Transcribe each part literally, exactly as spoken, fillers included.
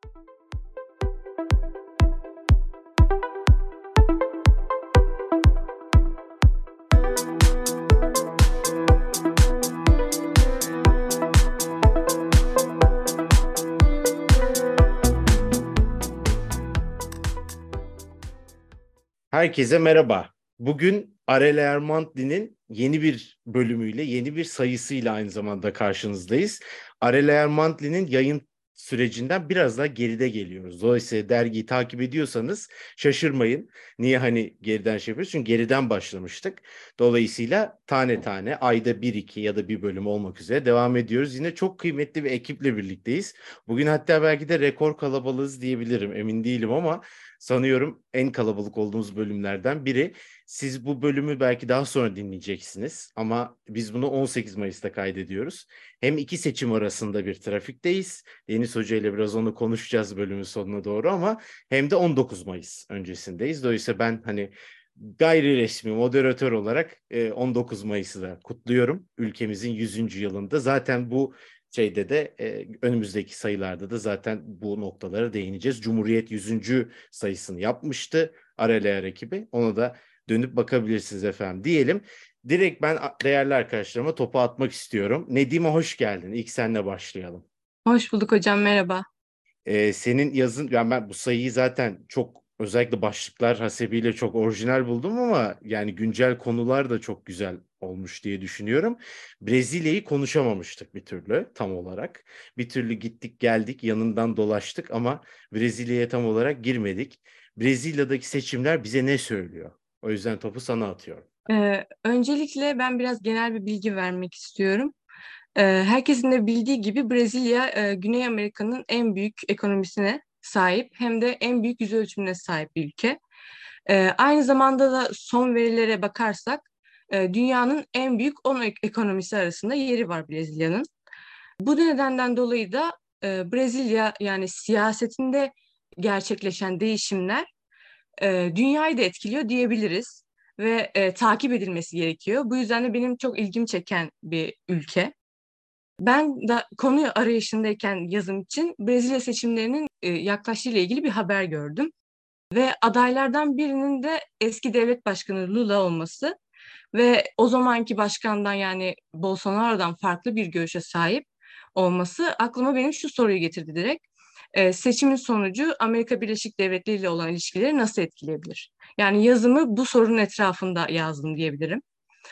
Herkese merhaba. Bugün Arel Ermantli'nin yeni bir bölümüyle, yeni bir sayısıyla aynı zamanda karşınızdayız. Arel Ermantli'nin yayın sürecinden biraz daha geride geliyoruz. Dolayısıyla dergiyi takip ediyorsanız şaşırmayın. Niye hani geriden şey yapıyoruz? Çünkü geriden başlamıştık. Dolayısıyla tane tane ayda bir iki ya da bir bölüm olmak üzere devam ediyoruz. Yine çok kıymetli bir ekiple birlikteyiz. Bugün hatta belki de rekor kalabalığız diyebilirim. Emin değilim ama sanıyorum en kalabalık olduğumuz bölümlerden biri. Siz bu bölümü belki daha sonra dinleyeceksiniz ama biz bunu on sekiz Mayıs'ta kaydediyoruz. Hem iki seçim arasında bir trafikteyiz. Deniz Hoca ile biraz onu konuşacağız bölümün sonuna doğru ama hem de on dokuz Mayıs öncesindeyiz. Dolayısıyla ben hani gayri resmi moderatör olarak e, on dokuz Mayıs'ı da kutluyorum. Ülkemizin yüzüncü yılında. Zaten bu şeyde de e, önümüzdeki sayılarda da zaten bu noktalara değineceğiz. Cumhuriyet yüzüncü sayısını yapmıştı Areleer ekibi. Ona da dönüp bakabilirsiniz efendim diyelim. Direkt ben değerli arkadaşlarıma topu atmak istiyorum. Nedim'e hoş geldin. İlk seninle başlayalım. Hoş bulduk hocam, merhaba. Ee, senin yazın, yani ben bu sayıyı zaten çok özellikle başlıklar hasebiyle çok orijinal buldum ama yani güncel konular da çok güzel olmuş diye düşünüyorum. Brezilya'yı konuşamamıştık bir türlü tam olarak. Bir türlü gittik geldik yanından dolaştık ama Brezilya'ya tam olarak girmedik. Brezilya'daki seçimler bize ne söylüyor? O yüzden topu sana atıyorum. Ee, öncelikle ben biraz genel bir bilgi vermek istiyorum. Ee, herkesin de bildiği gibi Brezilya, e, Güney Amerika'nın en büyük ekonomisine sahip hem de en büyük yüz ölçümüne sahip bir ülke. Ee, aynı zamanda da son verilere bakarsak e, dünyanın en büyük on ek- ekonomisi arasında yeri var Brezilya'nın. Bu nedenden dolayı da e, Brezilya yani siyasetinde gerçekleşen değişimler e, dünyayı da etkiliyor diyebiliriz ve e, takip edilmesi gerekiyor. Bu yüzden de benim çok ilgimi çeken bir ülke. Ben de konu arayışındayken yazım için Brezilya seçimlerinin e, yaklaştığıyla ilgili bir haber gördüm ve adaylardan birinin de eski devlet başkanı Lula olması ve o zamanki başkandan yani Bolsonaro'dan farklı bir görüşe sahip olması aklıma benim şu soruyu getirdi direkt. Ee, seçimin sonucu Amerika Birleşik Devletleri ile olan ilişkileri nasıl etkileyebilir? Yani yazımı bu sorunun etrafında yazdım diyebilirim.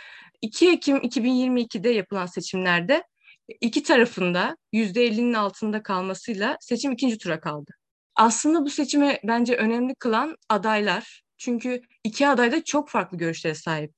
iki Ekim iki bin yirmi ikide yapılan seçimlerde iki tarafında yüzde ellinin altında kalmasıyla seçim ikinci tura kaldı. Aslında bu seçimi bence önemli kılan adaylar. Çünkü iki aday da çok farklı görüşlere sahip.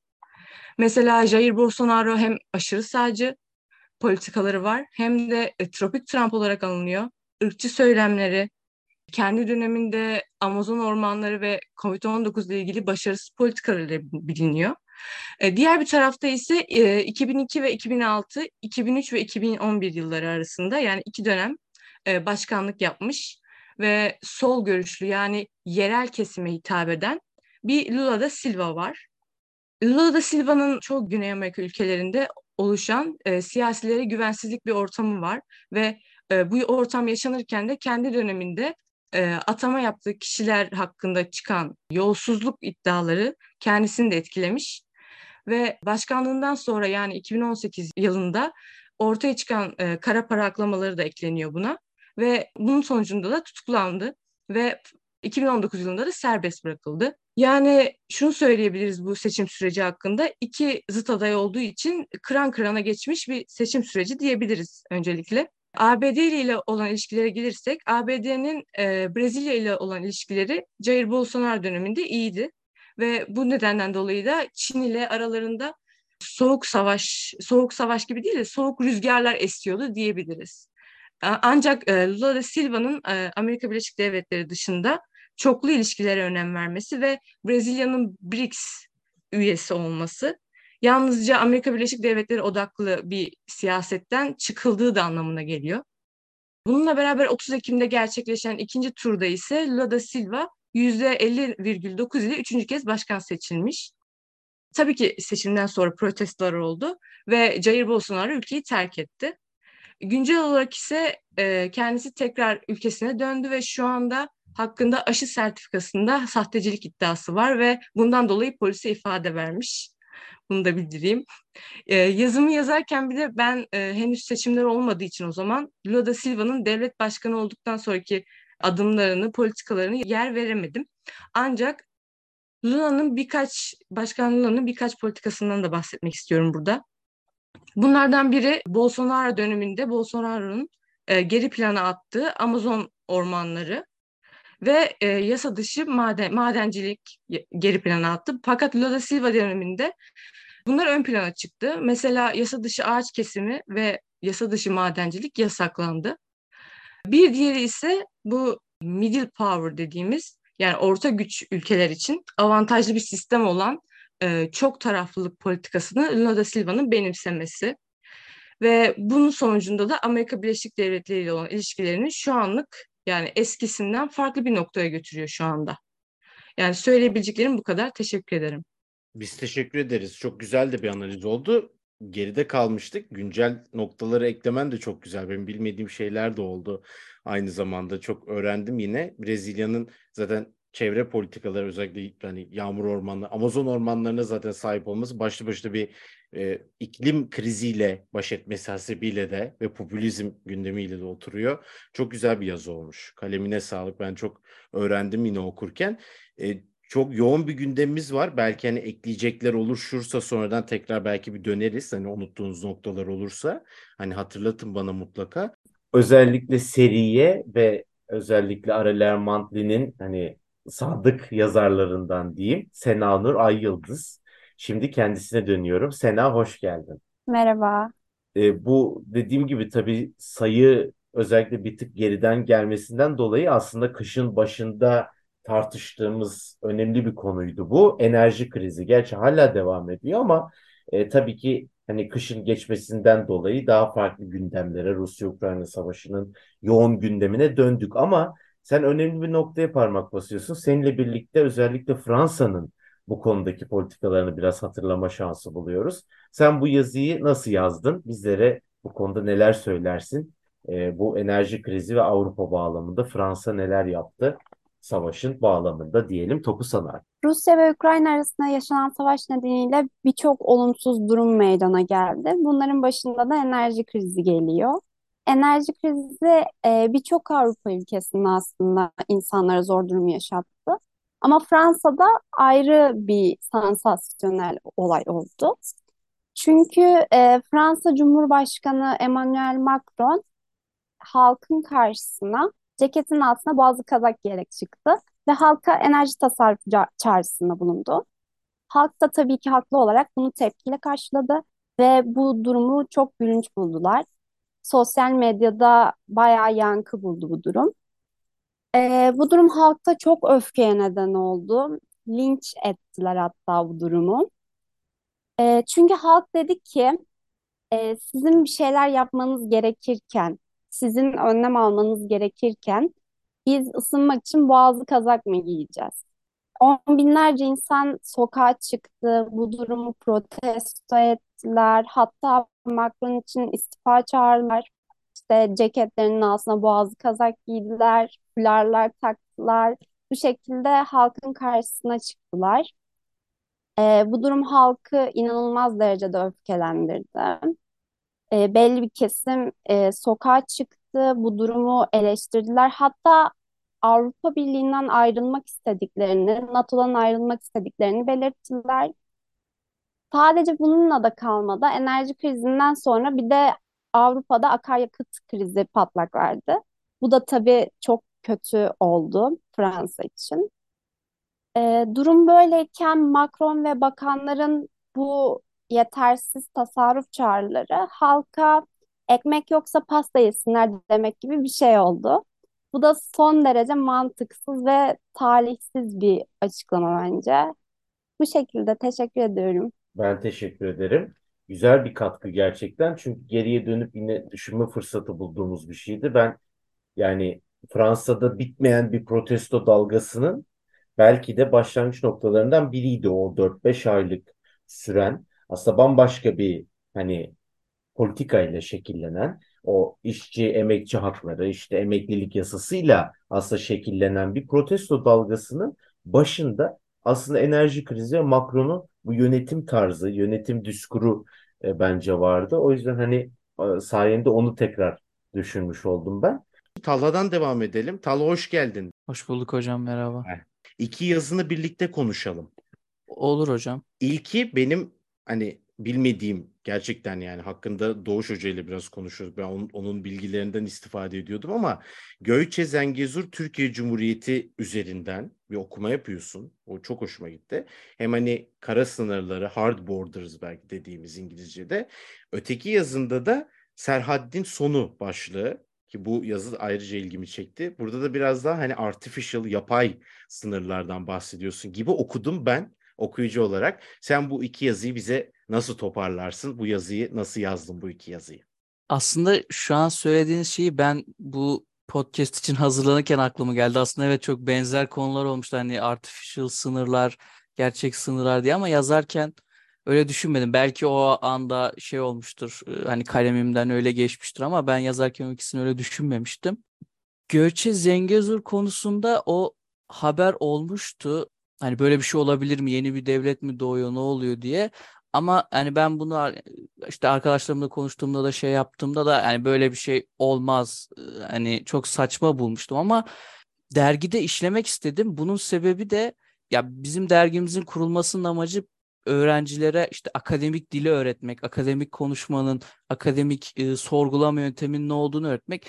Mesela Jair Bolsonaro hem aşırı sağcı politikaları var hem de e, tropik Trump olarak anılıyor. Irkçı söylemleri, kendi döneminde Amazon ormanları ve kovid on dokuz ile ilgili başarısız politikaları biliniyor. E, diğer bir tarafta ise e, iki bin iki ve iki bin altı, iki bin üç ve iki bin on bir yılları arasında yani iki dönem e, başkanlık yapmış ve sol görüşlü yani yerel kesime hitap eden bir Lula da Silva var. Lula da Silva'nın çoğu Güney Amerika ülkelerinde oluşan e, siyasilere güvensizlik bir ortamı var ve e, bu ortam yaşanırken de kendi döneminde e, atama yaptığı kişiler hakkında çıkan yolsuzluk iddiaları kendisini de etkilemiş ve başkanlığından sonra yani iki bin on sekiz yılında ortaya çıkan e, kara para aklamaları da ekleniyor buna ve bunun sonucunda da tutuklandı ve iki bin on dokuz yılında da serbest bırakıldı. Yani şunu söyleyebiliriz bu seçim süreci hakkında. İki zıt aday olduğu için kıran kırana geçmiş bir seçim süreci diyebiliriz öncelikle. A B D ile olan ilişkilere gelirsek, A B D'nin e, Brezilya ile olan ilişkileri Jair Bolsonaro döneminde iyiydi. Ve bu nedenden dolayı da Çin ile aralarında soğuk savaş, soğuk savaş gibi değil de soğuk rüzgarlar esiyordu diyebiliriz. A- Ancak e, Lula da Silva'nın e, Amerika Birleşik Devletleri dışında çoklu ilişkilere önem vermesi ve Brezilya'nın BRICS üyesi olması yalnızca Amerika Birleşik Devletleri odaklı bir siyasetten çıkıldığı da anlamına geliyor. Bununla beraber otuz Ekim'de gerçekleşen ikinci turda ise Lula da Silva yüzde elli virgül dokuz ile üçüncü kez başkan seçilmiş. Tabii ki seçimden sonra protestolar oldu ve Jair Bolsonaro ülkeyi terk etti. Güncel olarak ise e, kendisi tekrar ülkesine döndü ve şu anda hakkında aşı sertifikasında sahtecilik iddiası var ve bundan dolayı polise ifade vermiş. Bunu da bildireyim. E, yazımı yazarken bir de ben e, henüz seçimler olmadığı için o zaman Lula da Silva'nın devlet başkanı olduktan sonraki adımlarını, politikalarını yer veremedim. Ancak Lula'nın birkaç, Başkan Lula'nın birkaç politikasından da bahsetmek istiyorum burada. Bunlardan biri Bolsonaro döneminde Bolsonaro'nun e, geri plana attığı Amazon ormanları ve e, yasa dışı maden, madencilik geri plana attı. Fakat Lula da Silva döneminde bunlar ön plana çıktı. Mesela yasa dışı ağaç kesimi ve yasa dışı madencilik yasaklandı. Bir diğeri ise bu middle power dediğimiz, yani orta güç ülkeler için avantajlı bir sistem olan e, çok taraflılık politikasını Lula da Silva'nın benimsemesi. Ve bunun sonucunda da Amerika Birleşik Devletleri ile olan ilişkilerini şu anlık, yani eskisinden farklı bir noktaya götürüyor şu anda. Yani söyleyebileceklerim bu kadar. Teşekkür ederim. Biz teşekkür ederiz. Çok güzel de bir analiz oldu. Geride kalmıştık. Güncel noktaları eklemen de çok güzel. Benim bilmediğim şeyler de oldu. Aynı zamanda çok öğrendim yine. Brezilya'nın zaten çevre politikaları, özellikle hani yağmur ormanları, Amazon ormanlarına zaten sahip olması başlı başına bir e, iklim kriziyle baş etmesi hasebiyle de ve popülizm gündemiyle de oturuyor. Çok güzel bir yazı olmuş. Kalemine sağlık. Ben çok öğrendim yine okurken. E, Çok yoğun bir gündemimiz var. Belki hani ekleyecekler oluşursa sonradan tekrar belki bir döneriz. Hani unuttuğunuz noktalar olursa hani hatırlatın bana mutlaka. Özellikle seriye ve özellikle Aurélien Mantli'nin hani sadık yazarlarından diyeyim, Sena Nur Ay Yıldız. Şimdi kendisine dönüyorum. Sena, hoş geldin. Merhaba. E, bu dediğim gibi tabii sayı özellikle bir tık geriden gelmesinden dolayı aslında kışın başında tartıştığımız önemli bir konuydu bu. Enerji krizi. Gerçi hala devam ediyor ama e, tabii ki hani kışın geçmesinden dolayı daha farklı gündemlere, Rusya-Ukrayna savaşının yoğun gündemine döndük. Ama sen önemli bir noktaya parmak basıyorsun. Seninle birlikte özellikle Fransa'nın bu konudaki politikalarını biraz hatırlama şansı buluyoruz. Sen bu yazıyı nasıl yazdın? Bizlere bu konuda neler söylersin? Ee, bu enerji krizi ve Avrupa bağlamında Fransa neler yaptı? Savaşın bağlamında diyelim, topu sana. Rusya ve Ukrayna arasında yaşanan savaş nedeniyle birçok olumsuz durum meydana geldi. Bunların başında da enerji krizi geliyor. Enerji krizi e, birçok Avrupa ülkesinde aslında insanlara zor durum yaşattı. Ama Fransa'da ayrı bir sansasyonel olay oldu. Çünkü e, Fransa Cumhurbaşkanı Emmanuel Macron halkın karşısına ceketin altına bazı kazak giyerek çıktı ve halka enerji tasarrufu ça- çağrısında bulundu. Halk da tabii ki haklı olarak bunu tepkiyle karşıladı ve bu durumu çok gülünç buldular. Sosyal medyada bayağı yankı buldu bu durum. Ee, bu durum halkta çok öfkeye neden oldu. Linç ettiler hatta bu durumu. Ee, çünkü halk dedi ki e, sizin bir şeyler yapmanız gerekirken, sizin önlem almanız gerekirken biz ısınmak için boğazlı kazak mı giyeceğiz? On binlerce insan sokağa çıktı, bu durumu protesto ettiler. Hatta Macron için istifa çağırdılar. İşte ceketlerinin altına boğazlı kazak giydiler, fularlar taktılar. Bu şekilde halkın karşısına çıktılar. Ee, bu durum halkı inanılmaz derecede öfkelendirdi. E, belli bir kesim e, sokağa çıktı, bu durumu eleştirdiler. Hatta Avrupa Birliği'nden ayrılmak istediklerini, NATO'dan ayrılmak istediklerini belirttiler. Sadece bununla da kalmadı. Enerji krizinden sonra bir de Avrupa'da akaryakıt krizi patlak verdi. Bu da tabii çok kötü oldu Fransa için. Ee, durum böyleyken Macron ve bakanların bu yetersiz tasarruf çağrıları halka ekmek yoksa pasta yesinler demek gibi bir şey oldu. Bu da son derece mantıksız ve talihsiz bir açıklama bence. Bu şekilde teşekkür ediyorum. Ben teşekkür ederim. Güzel bir katkı gerçekten. Çünkü geriye dönüp yine düşünme fırsatı bulduğumuz bir şeydi. Ben yani Fransa'da bitmeyen bir protesto dalgasının belki de başlangıç noktalarından biriydi o dört beş aylık süren. Aslında bambaşka bir hani politikayla şekillenen, o işçi emekçi hakları, işte emeklilik yasasıyla aslında şekillenen bir protesto dalgasının başında aslında enerji krizi ve Macron'un bu yönetim tarzı, yönetim düskuru e, bence vardı. O yüzden hani e, sayende onu tekrar düşünmüş oldum ben. Talha'dan devam edelim. Talha, hoş geldin. Hoş bulduk hocam, merhaba. Heh. İki yazını birlikte konuşalım. Olur hocam. İlki benim hani bilmediğim, gerçekten yani hakkında Doğuş Hoca ile biraz konuşuyoruz. Ben onun, onun bilgilerinden istifade ediyordum ama Gökçe Zengezur Türkiye Cumhuriyeti üzerinden bir okuma yapıyorsun. O çok hoşuma gitti. Hem hani kara sınırları, hard borders belki dediğimiz İngilizce'de. Öteki yazında da Serhaddin Sonu başlığı, ki bu yazı ayrıca ilgimi çekti. Burada da biraz daha hani artificial, yapay sınırlardan bahsediyorsun gibi okudum ben okuyucu olarak. Sen bu iki yazıyı bize nasıl toparlarsın? Bu yazıyı nasıl yazdın, bu iki yazıyı? Aslında şu an söylediğiniz şeyi ben bu podcast için hazırlanırken aklıma geldi. Aslında evet, çok benzer konular olmuştu. Hani artificial sınırlar, gerçek sınırlar diye, ama yazarken öyle düşünmedim. Belki o anda şey olmuştur. e, Hani kalemimden öyle geçmiştir ama ben yazarken o ikisini öyle düşünmemiştim. Göçe Zengezur konusunda o haber olmuştu. Hani böyle bir şey olabilir mi? Yeni bir devlet mi doğuyor? Ne oluyor diye. Ama hani ben bunu ar- işte arkadaşlarımla konuştuğumda da şey yaptığımda da hani böyle bir şey olmaz. Ee, Hani çok saçma bulmuştum ama dergide işlemek istedim. Bunun sebebi de, ya bizim dergimizin kurulmasının amacı öğrencilere işte akademik dili öğretmek, akademik konuşmanın, akademik e, sorgulama yönteminin ne olduğunu öğretmek.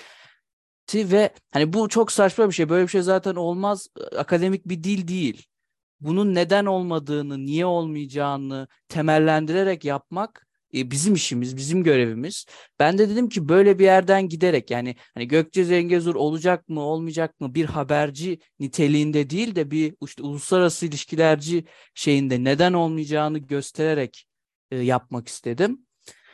Ti Ve hani bu çok saçma bir şey. Böyle bir şey zaten olmaz. Akademik bir dil değil. Bunun neden olmadığını, niye olmayacağını temellendirerek yapmak e, bizim işimiz, bizim görevimiz. Ben de dedim ki böyle bir yerden giderek, yani hani Gökçe Zengezur olacak mı, olmayacak mı, bir haberci niteliğinde değil de bir işte uluslararası ilişkilerci şeyinde neden olmayacağını göstererek e, yapmak istedim.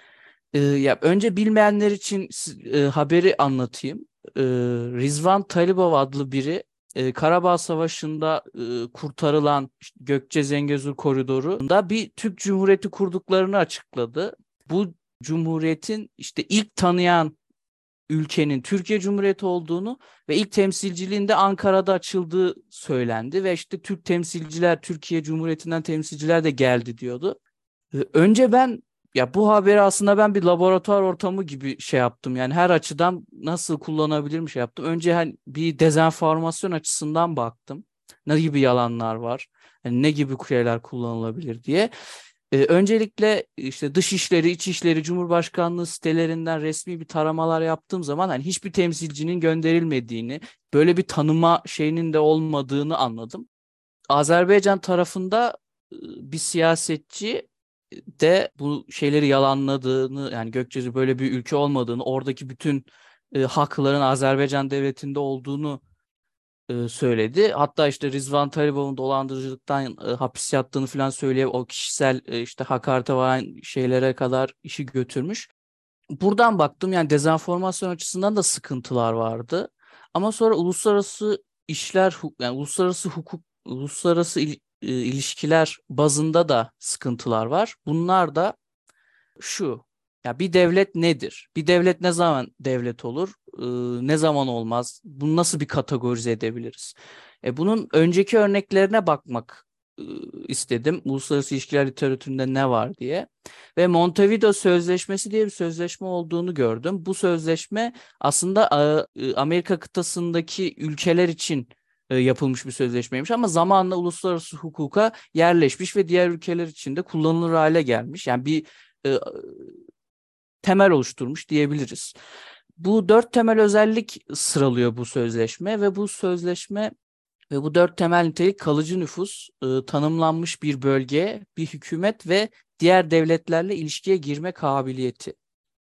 E, ya önce bilmeyenler için s- e, haberi anlatayım. E, Rizvan Talibov adlı biri e, Karabağ Savaşı'nda e, kurtarılan işte Gökçe Zengezur Koridoru'nda bir Türk Cumhuriyeti kurduklarını açıkladı. Bu cumhuriyetin işte ilk tanıyan ülkenin Türkiye Cumhuriyeti olduğunu ve ilk temsilciliğin de Ankara'da açıldığı söylendi ve işte Türk temsilciler, Türkiye Cumhuriyeti'nden temsilciler de geldi diyordu. E, Önce ben, ya bu haberi aslında ben bir laboratuvar ortamı gibi şey yaptım. Yani her açıdan nasıl kullanabilirim şey yaptım. Önce hani bir dezenformasyon açısından baktım. Ne gibi yalanlar var? Yani ne gibi şeyler kullanılabilir diye. E, öncelikle işte Dışişleri, İçişleri, Cumhurbaşkanlığı sitelerinden resmi bir taramalar yaptığım zaman hani hiçbir temsilcinin gönderilmediğini, böyle bir tanıma şeyinin de olmadığını anladım. Azerbaycan tarafında e, bir siyasetçi de bu şeyleri yalanladığını, yani Gökçe'de böyle bir ülke olmadığını, oradaki bütün e, hakların Azerbaycan devletinde olduğunu e, söyledi. Hatta işte Rizvan Talibov'un dolandırıcılıktan e, hapis yattığını falan söyleyip o kişisel e, işte hakarete varan şeylere kadar işi götürmüş. Buradan baktım, yani dezenformasyon açısından da sıkıntılar vardı. Ama sonra uluslararası işler, hu- yani uluslararası hukuk, uluslararası il- e, ilişkiler bazında da sıkıntılar var. Bunlar da şu: ya bir devlet nedir? Bir devlet ne zaman devlet olur? Ee, ne zaman olmaz? Bunu nasıl bir kategorize edebiliriz? E, bunun önceki örneklerine bakmak e, istedim. Uluslararası ilişkiler literatüründe ne var diye. Ve Montevideo Sözleşmesi diye bir sözleşme olduğunu gördüm. Bu sözleşme aslında e, Amerika kıtasındaki ülkeler için e, yapılmış bir sözleşmeymiş ama zamanla uluslararası hukuka yerleşmiş ve diğer ülkeler için de kullanılır hale gelmiş. Yani bir e, temel oluşturmuş diyebiliriz. Bu dört temel özellik sıralıyor bu sözleşme ve bu sözleşme ve bu dört temel nitelik kalıcı nüfus, e, tanımlanmış bir bölge, bir hükümet ve diğer devletlerle ilişkiye girme kabiliyeti.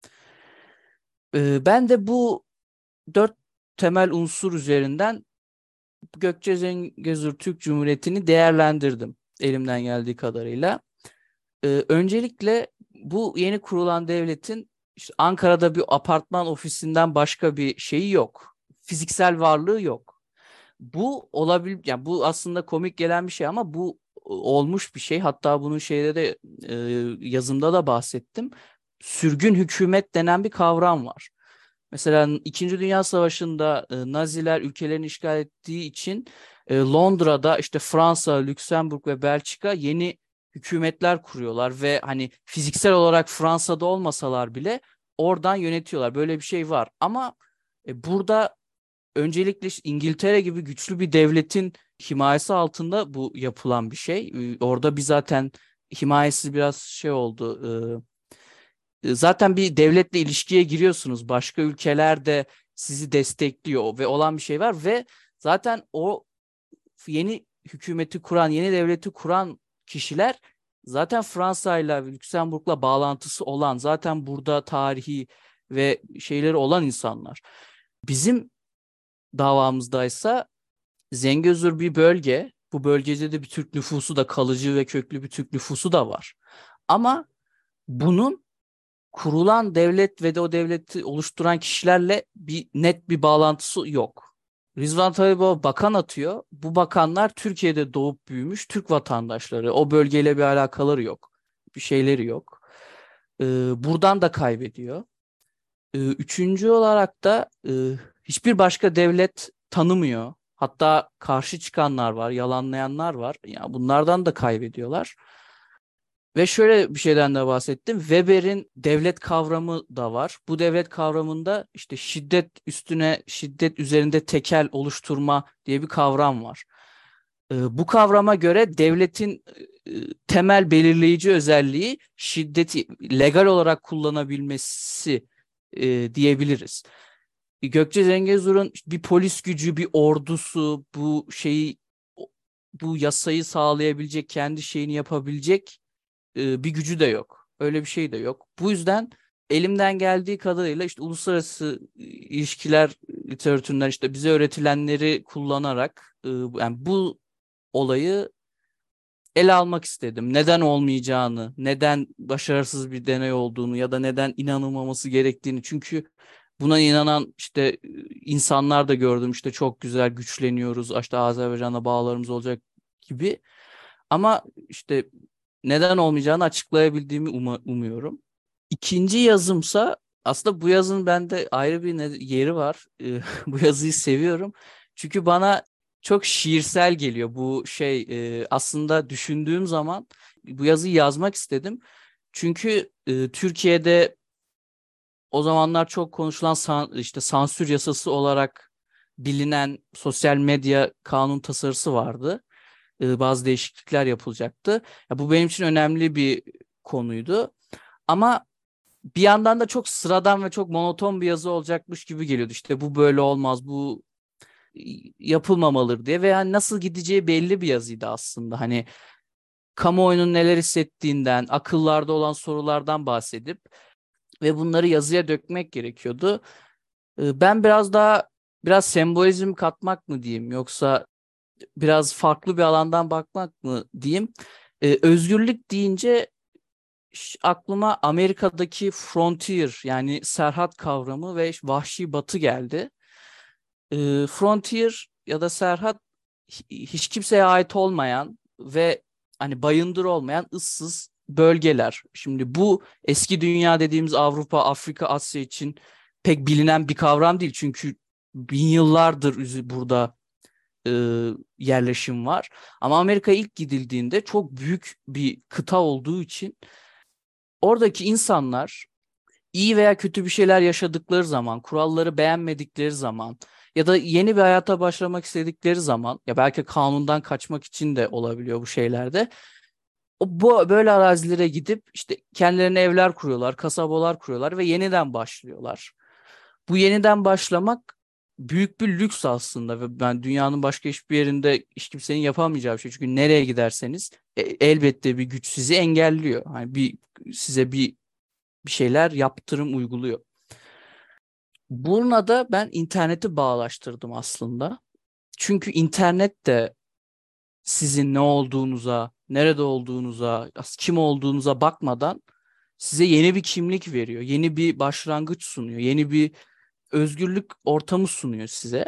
E, ben de bu dört temel unsur üzerinden Gökçe Zengezur Türk Cumhuriyeti'ni değerlendirdim elimden geldiği kadarıyla. Ee, öncelikle bu yeni kurulan devletin işte Ankara'da bir apartman ofisinden başka bir şeyi yok. Fiziksel varlığı yok. Bu olabilir, yani bu aslında komik gelen bir şey ama bu olmuş bir şey. Hatta bunun şeyde de e, yazımda da bahsettim. sürgün hükümet denen bir kavram var. Mesela İkinci Dünya Savaşı'nda e, Naziler ülkelerini işgal ettiği için e, Londra'da işte Fransa, Lüksemburg ve Belçika yeni hükümetler kuruyorlar ve hani fiziksel olarak Fransa'da olmasalar bile oradan yönetiyorlar. Böyle bir şey var. Ama e, burada öncelikle işte İngiltere gibi güçlü bir devletin himayesi altında bu yapılan bir şey. E, Orada bir zaten himayesi biraz şey oldu. E, Zaten bir devletle ilişkiye giriyorsunuz. Başka ülkeler de sizi destekliyor ve olan bir şey var ve zaten o yeni hükümeti kuran, yeni devleti kuran kişiler zaten Fransa'yla ve Lüksemburg'la bağlantısı olan, zaten burada tarihi ve şeyleri olan insanlar. Bizim davamızdaysa Zengezur bir bölge. Bu bölgede de bir Türk nüfusu da, kalıcı ve köklü bir Türk nüfusu da var. Ama bunun kurulan devlet ve de o devleti oluşturan kişilerle bir net bir bağlantısı yok. Rızvan Tayyip'e bakan atıyor. Bu bakanlar Türkiye'de doğup büyümüş Türk vatandaşları. O bölgeyle bir alakaları yok. Bir şeyleri yok. Ee, buradan da kaybediyor. Ee, üçüncü olarak da e, hiçbir başka devlet tanımıyor. Hatta karşı çıkanlar var, yalanlayanlar var. Ya bunlardan da kaybediyorlar. Ve şöyle bir şeyden de bahsettim. Weber'in devlet kavramı da var. Bu devlet kavramında işte şiddet üstüne şiddet üzerinde tekel oluşturma diye bir kavram var. Ee, bu kavrama göre devletin e, temel belirleyici özelliği şiddeti legal olarak kullanabilmesi e, diyebiliriz. Gökçe Zengezur'un bir polis gücü, bir ordusu, bu şeyi bu yasayı sağlayabilecek, kendi şeyini yapabilecek e, bir gücü de yok. Öyle bir şey de yok. Bu yüzden elimden geldiği kadarıyla işte uluslararası ilişkiler literatüründen işte bize öğretilenleri kullanarak e, yani bu olayı ele almak istedim. Neden olmayacağını, neden başarısız bir deney olduğunu ya da neden inanılmaması gerektiğini. Çünkü buna inanan işte insanlar da gördüm. İşte çok güzel güçleniyoruz. İşte Azerbaycan'la bağlarımız olacak gibi. Ama işte neden olmayacağını açıklayabildiğimi uma- umuyorum. İkinci yazımsa aslında bu yazının bende ayrı bir ne- yeri var. Ee, Bu yazıyı seviyorum. Çünkü bana çok şiirsel geliyor. Bu şey e, aslında düşündüğüm zaman bu yazıyı yazmak istedim. Çünkü e, Türkiye'de o zamanlar çok konuşulan san- işte sansür yasası olarak bilinen sosyal medya kanun tasarısı vardı. E, bazı değişiklikler yapılacaktı. Ya bu benim için önemli bir konuydu. Ama bir yandan da çok sıradan ve çok monoton bir yazı olacakmış gibi geliyordu. İşte bu böyle olmaz, bu yapılmamalıdır diye ve yani nasıl gideceği belli bir yazıydı aslında. Hani kamuoyunun neler hissettiğinden, akıllarda olan sorulardan bahsedip ve bunları yazıya dökmek gerekiyordu. E, Ben biraz daha biraz sembolizm katmak mı diyeyim yoksa biraz farklı bir alandan bakmak mı diyeyim. E, özgürlük deyince ş- aklıma Amerika'daki frontier yani serhat kavramı ve vahşi batı geldi. E, frontier ya da serhat hi- hiç kimseye ait olmayan ve hani bayındır olmayan ıssız bölgeler. Şimdi bu eski dünya dediğimiz Avrupa, Afrika, Asya için pek bilinen bir kavram değil. Çünkü bin yıllardır üzü- burada e, yerleşim var. Ama Amerika ilk gidildiğinde çok büyük bir kıta olduğu için oradaki insanlar iyi veya kötü bir şeyler yaşadıkları zaman, kuralları beğenmedikleri zaman ya da yeni bir hayata başlamak istedikleri zaman ya belki kanundan kaçmak için de olabiliyor bu şeylerde. O bu böyle arazilere gidip işte kendilerine evler kuruyorlar, kasabalar kuruyorlar ve yeniden başlıyorlar. Bu yeniden başlamak büyük bir lüks aslında ve ben dünyanın başka hiçbir yerinde hiç kimsenin yapamayacağı bir şey. Çünkü nereye giderseniz e, elbette bir güç sizi engelliyor. Hani bir size bir bir şeyler yaptırım uyguluyor. Bununla da ben interneti bağlaştırdım aslında. Çünkü internet de sizin ne olduğunuza, nerede olduğunuza, kim olduğunuza bakmadan size yeni bir kimlik veriyor. Yeni bir başlangıç sunuyor. Yeni bir özgürlük ortamı sunuyor size.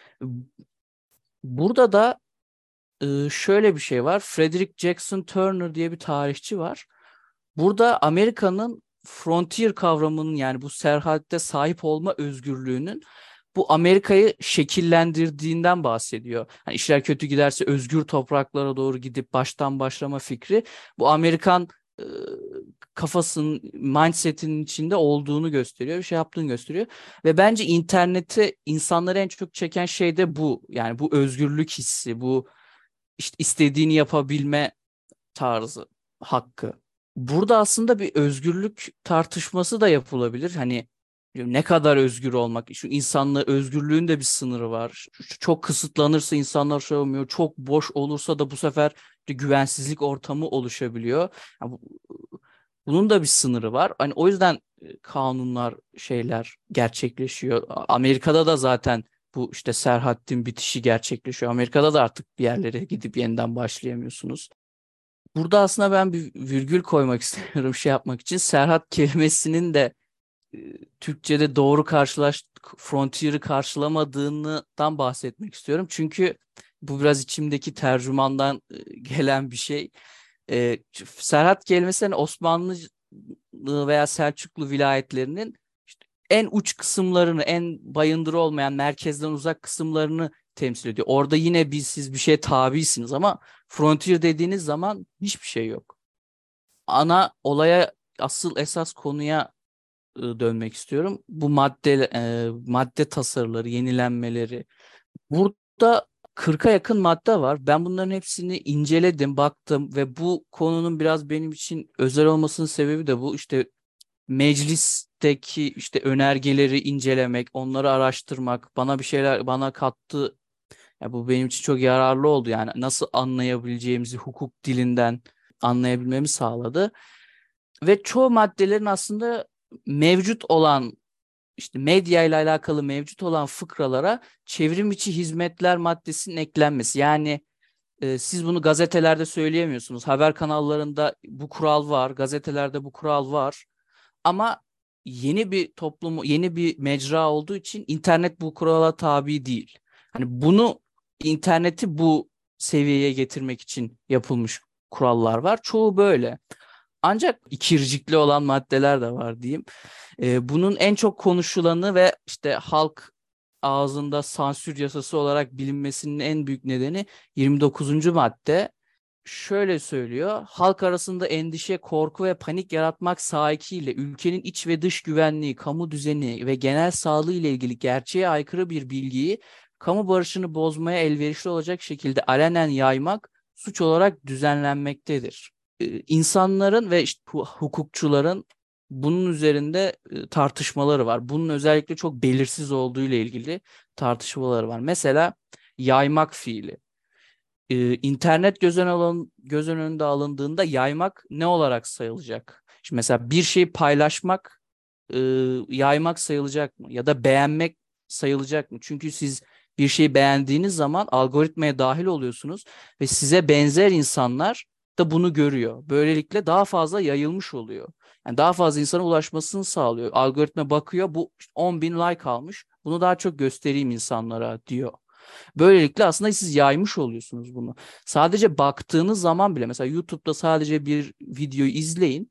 Burada da e, şöyle bir şey var. Frederick Jackson Turner diye bir tarihçi var. Burada Amerika'nın frontier kavramının, yani bu serhatte sahip olma özgürlüğünün bu Amerika'yı şekillendirdiğinden bahsediyor. Hani işler kötü giderse özgür topraklara doğru gidip baştan başlama fikri bu Amerikan e, kafasının, mindset'inin içinde olduğunu gösteriyor, bir şey yaptığını gösteriyor. Ve bence interneti insanları en çok çeken şey de bu. Yani bu özgürlük hissi, bu işte istediğini yapabilme tarzı, hakkı. Burada aslında bir özgürlük tartışması da yapılabilir. Hani ne kadar özgür olmak, şu insanlığı özgürlüğün de bir sınırı var. Çok kısıtlanırsa insanlar şey olmuyor. Çok boş olursa da bu sefer bir güvensizlik ortamı oluşabiliyor. Yani bu- bunun da bir sınırı var. Hani o yüzden e, kanunlar, şeyler gerçekleşiyor. A- Amerika'da da zaten bu işte Serhaddin bitişi gerçekleşiyor. Amerika'da da artık bir yerlere gidip yeniden başlayamıyorsunuz. Burada aslında ben bir virgül koymak istiyorum şey yapmak için. Serhat kelimesinin de e, Türkçe'de doğru karşılaş frontier'ı karşılamadığından bahsetmek istiyorum. Çünkü bu biraz içimdeki tercümandan e, gelen bir şey. E, Serhat kelimesi hani Osmanlı veya Selçuklu vilayetlerinin işte en uç kısımlarını, en bayındır olmayan, merkezden uzak kısımlarını temsil ediyor. Orada yine biz siz bir şeye tabisiniz ama frontier dediğiniz zaman hiçbir şey yok. Ana olaya, asıl esas konuya e, dönmek istiyorum. Bu madde e, madde tasarıları, yenilenmeleri. Burada kırka yakın madde var. Ben bunların hepsini inceledim, baktım ve bu konunun biraz benim için özel olmasının sebebi de bu. İşte meclisteki işte önergeleri incelemek, onları araştırmak, bana bir şeyler bana kattı. Ya bu benim için çok yararlı oldu. Yani nasıl anlayabileceğimizi hukuk dilinden anlayabilmemi sağladı. Ve çoğu maddelerin aslında mevcut olan, işte medya ile alakalı mevcut olan fıkralara çevrim içi hizmetler maddesinin eklenmesi. Yani e, siz bunu gazetelerde söyleyemiyorsunuz. Haber kanallarında bu kural var, gazetelerde bu kural var. Ama yeni bir toplum, yeni bir mecra olduğu için internet bu kurala tabi değil. Hani bunu, interneti bu seviyeye getirmek için yapılmış kurallar var. Çoğu böyle. Ancak ikircikli olan maddeler de var diyeyim. Ee, bunun en çok konuşulanı ve işte halk ağzında sansür yasası olarak bilinmesinin en büyük nedeni yirmi dokuzuncu madde. Şöyle söylüyor: halk arasında endişe, korku ve panik yaratmak sahikiyle ülkenin iç ve dış güvenliği, kamu düzeni ve genel sağlığı ile ilgili gerçeğe aykırı bir bilgiyi kamu barışını bozmaya elverişli olacak şekilde alenen yaymak suç olarak düzenlenmektedir. Ee, insanların ve işte hu- hukukçuların bunun üzerinde e, tartışmaları var. Bunun özellikle çok belirsiz olduğu ile ilgili tartışmaları var. Mesela yaymak fiili. Ee, internet göz önüne, alın, göz önünde alındığında yaymak ne olarak sayılacak? Şimdi mesela bir şeyi paylaşmak e, yaymak sayılacak mı? Ya da beğenmek sayılacak mı? Çünkü siz bir şeyi beğendiğiniz zaman algoritmaya dahil oluyorsunuz ve size benzer insanlar da bunu görüyor. Böylelikle daha fazla yayılmış oluyor. Yani daha fazla insana ulaşmasını sağlıyor. Algoritma bakıyor, bu on bin like almış, bunu daha çok göstereyim insanlara diyor. Böylelikle aslında siz yaymış oluyorsunuz bunu. Sadece baktığınız zaman bile, mesela YouTube'da sadece bir videoyu izleyin.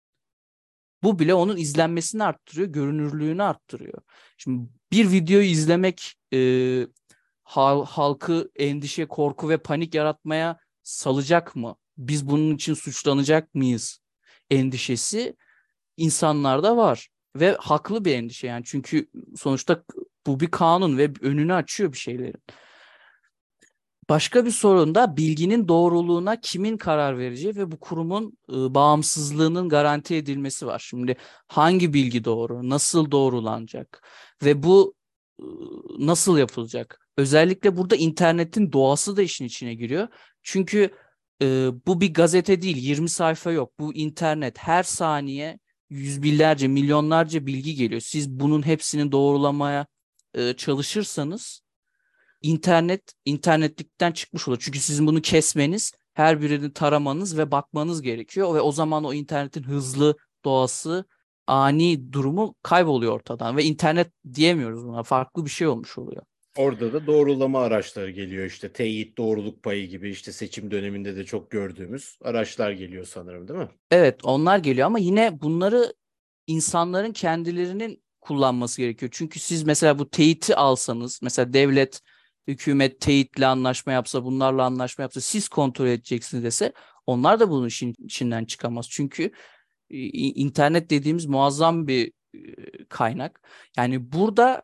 Bu bile onun izlenmesini arttırıyor, görünürlüğünü arttırıyor. Şimdi bir videoyu izlemek e, hal- halkı endişe, korku ve panik yaratmaya salacak mı? Biz bunun için suçlanacak mıyız? Endişesi insanlarda var ve haklı bir endişe yani, çünkü sonuçta bu bir kanun ve önünü açıyor bir şeylerin. Başka bir sorun da bilginin doğruluğuna kimin karar vereceği ve bu kurumun e, bağımsızlığının garanti edilmesi var. Şimdi hangi bilgi doğru, nasıl doğrulanacak ve bu e, nasıl yapılacak? Özellikle burada internetin doğası da işin içine giriyor. Çünkü e, bu bir gazete değil, yirmi sayfa yok. Bu internet, her saniye yüz binlerce, milyonlarca bilgi geliyor. Siz bunun hepsini doğrulamaya e, çalışırsanız internet internetlikten çıkmış olur. Çünkü sizin bunu kesmeniz, her birini taramanız ve bakmanız gerekiyor ve o zaman o internetin hızlı doğası, ani durumu kayboluyor ortadan ve internet diyemiyoruz buna. Farklı bir şey olmuş oluyor. Orada da doğrulama araçları geliyor, işte teyit, doğruluk payı gibi, işte seçim döneminde de çok gördüğümüz araçlar geliyor sanırım, değil mi? Evet, onlar geliyor ama yine bunları insanların kendilerinin kullanması gerekiyor. Çünkü siz mesela bu teyiti alsanız, mesela devlet, hükümet teyitle anlaşma yapsa, bunlarla anlaşma yapsa, siz kontrol edeceksiniz dese, onlar da bunun işin, içinden çıkamaz. Çünkü e, internet dediğimiz muazzam bir e, kaynak. Yani burada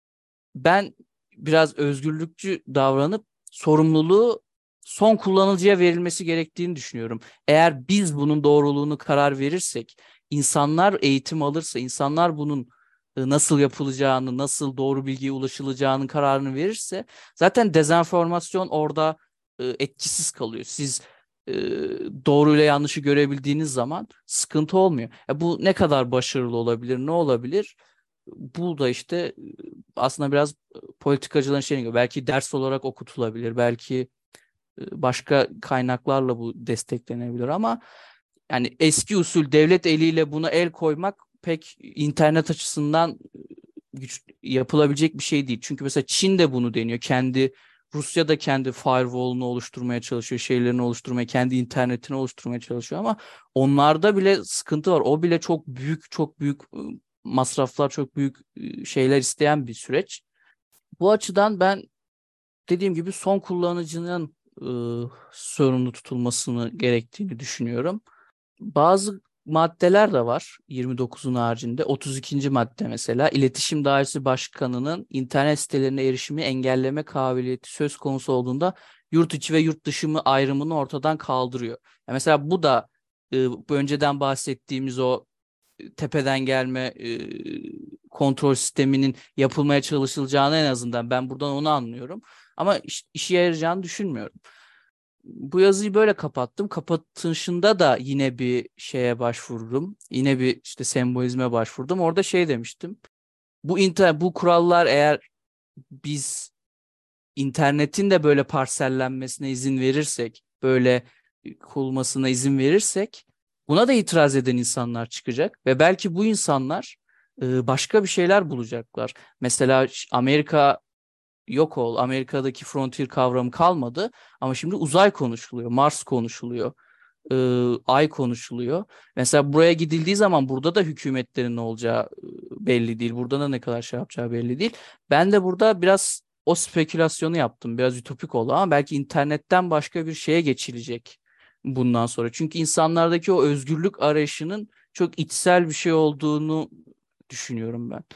ben biraz özgürlükçü davranıp sorumluluğu son kullanıcıya verilmesi gerektiğini düşünüyorum. Eğer biz bunun doğruluğunu karar verirsek, insanlar eğitim alırsa, insanlar bunun e, nasıl yapılacağını, nasıl doğru bilgiye ulaşılacağının kararını verirse, zaten dezenformasyon orada e, etkisiz kalıyor. Siz e, doğruyla yanlışı görebildiğiniz zaman sıkıntı olmuyor. E, bu ne kadar başarılı olabilir, ne olabilir? Bu da işte aslında biraz politikacıların şeyine göre belki ders olarak okutulabilir, belki başka kaynaklarla bu desteklenebilir ama yani eski usul devlet eliyle buna el koymak pek internet açısından güç yapılabilecek bir şey değil. Çünkü mesela Çin de bunu deniyor. Kendi Rusya da kendi firewall'unu oluşturmaya çalışıyor, şeylerini oluşturmaya, kendi internetini oluşturmaya çalışıyor ama onlarda bile sıkıntı var. O bile çok büyük, çok büyük masraflar, çok büyük şeyler isteyen bir süreç. Bu açıdan ben dediğim gibi son kullanıcının e, sorumlu tutulmasını gerektiğini düşünüyorum. Bazı maddeler de var yirmi dokuzun haricinde. otuz ikinci madde mesela İletişim Dairesi Başkanı'nın internet sitelerine erişimi engelleme kabiliyeti söz konusu olduğunda yurt içi ve yurt dışı mı ayrımını ortadan kaldırıyor. Yani mesela bu da e, bu önceden bahsettiğimiz o tepeden gelme e, kontrol sisteminin yapılmaya çalışılacağını, en azından ben buradan onu anlıyorum. Ama iş, işe yarayacağını düşünmüyorum. Bu yazıyı böyle kapattım. Kapatışında da yine bir şeye başvurdum. Yine bir işte sembolizme başvurdum. Orada şey demiştim. Bu inter bu kurallar, eğer biz internetin de böyle parsellenmesine izin verirsek, böyle kurulmasına izin verirsek, buna da itiraz eden insanlar çıkacak ve belki bu insanlar e, başka bir şeyler bulacaklar. Mesela Amerika yok ol. Amerika'daki frontier kavramı kalmadı ama şimdi uzay konuşuluyor, Mars konuşuluyor, e, Ay konuşuluyor. Mesela buraya gidildiği zaman burada da hükümetlerin ne olacağı e, belli değil. Burada da ne kadar şey yapacağı belli değil. Ben de burada biraz o spekülasyonu yaptım. Biraz ütopik oldu ama belki internetten başka bir şeye geçilecek bundan sonra. Çünkü insanlardaki o özgürlük arayışının çok içsel bir şey olduğunu düşünüyorum ben.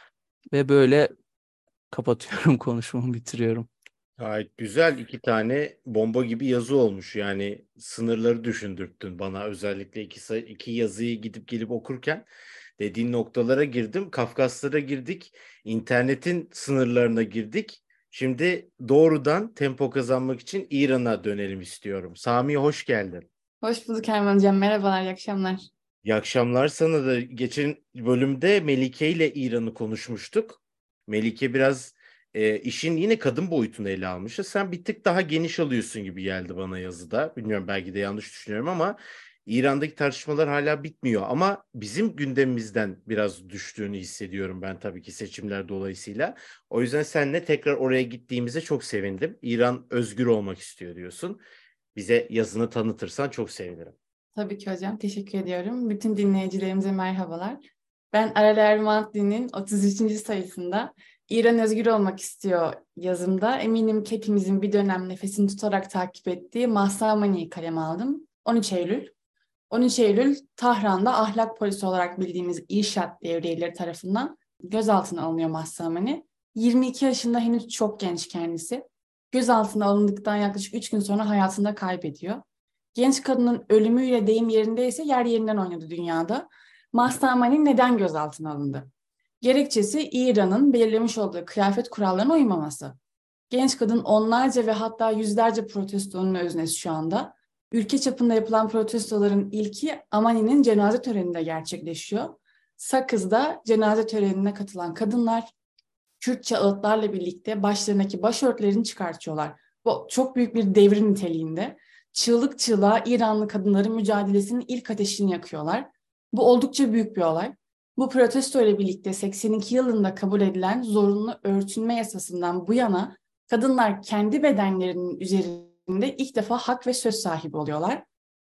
Ve böyle kapatıyorum konuşmamı, bitiriyorum. Gayet güzel, iki tane bomba gibi yazı olmuş. Yani sınırları düşündürttün bana, özellikle iki, say- iki yazıyı gidip gelip okurken dediğin noktalara girdim. Kafkaslara girdik. İnternetin sınırlarına girdik. Şimdi doğrudan tempo kazanmak için İran'a dönelim istiyorum. Sami, hoş geldin. Hoş bulduk Erman Hocam. Merhabalar, iyi akşamlar. İyi akşamlar sana da. Geçen bölümde Melike ile İran'ı konuşmuştuk. Melike biraz e, işin yine kadın boyutunu ele almıştı. Sen bir tık daha geniş alıyorsun gibi geldi bana yazıda. Bilmiyorum, belki de yanlış düşünüyorum ama İran'daki tartışmalar hala bitmiyor. Ama bizim gündemimizden biraz düştüğünü hissediyorum ben, tabii ki seçimler dolayısıyla. O yüzden seninle tekrar oraya gittiğimize çok sevindim. İran özgür olmak istiyor diyorsun. Bize yazını tanıtırsan çok sevinirim. Tabii ki hocam, teşekkür ediyorum. Bütün dinleyicilerimize merhabalar. Ben Aral Ermantli'nin otuz üçüncü sayısında İran özgür olmak istiyor yazımda eminim ki hepimizin bir dönem nefesini tutarak takip ettiği Mahsa Amani'yi kaleme aldım. on üç Eylül. on üç Eylül Tahran'da ahlak polisi olarak bildiğimiz İrşad devriyeleri tarafından gözaltına alınıyor Mahsa Amani. yirmi iki yaşında, henüz çok genç kendisi. Gözaltına alındıktan yaklaşık üç gün sonra hayatını kaybediyor. Genç kadının ölümüyle deyim yerindeyse yer yerinden oynadı dünyada. Mahsa Amani neden gözaltına alındı? Gerekçesi İran'ın belirlemiş olduğu kıyafet kurallarına uymaması. Genç kadın onlarca ve hatta yüzlerce protestonun öznesi şu anda. Ülke çapında yapılan protestoların ilki Amani'nin cenaze töreninde gerçekleşiyor. Sakız'da cenaze törenine katılan kadınlar Kürtçe ağıtlarla birlikte başlarındaki başörtülerini çıkartıyorlar. Bu çok büyük bir devrim niteliğinde. Çığlık çığlığa İranlı kadınların mücadelesinin ilk ateşini yakıyorlar. Bu oldukça büyük bir olay. Bu protesto ile birlikte seksen iki yılında kabul edilen zorunlu örtünme yasasından bu yana kadınlar kendi bedenlerinin üzerinde ilk defa hak ve söz sahibi oluyorlar.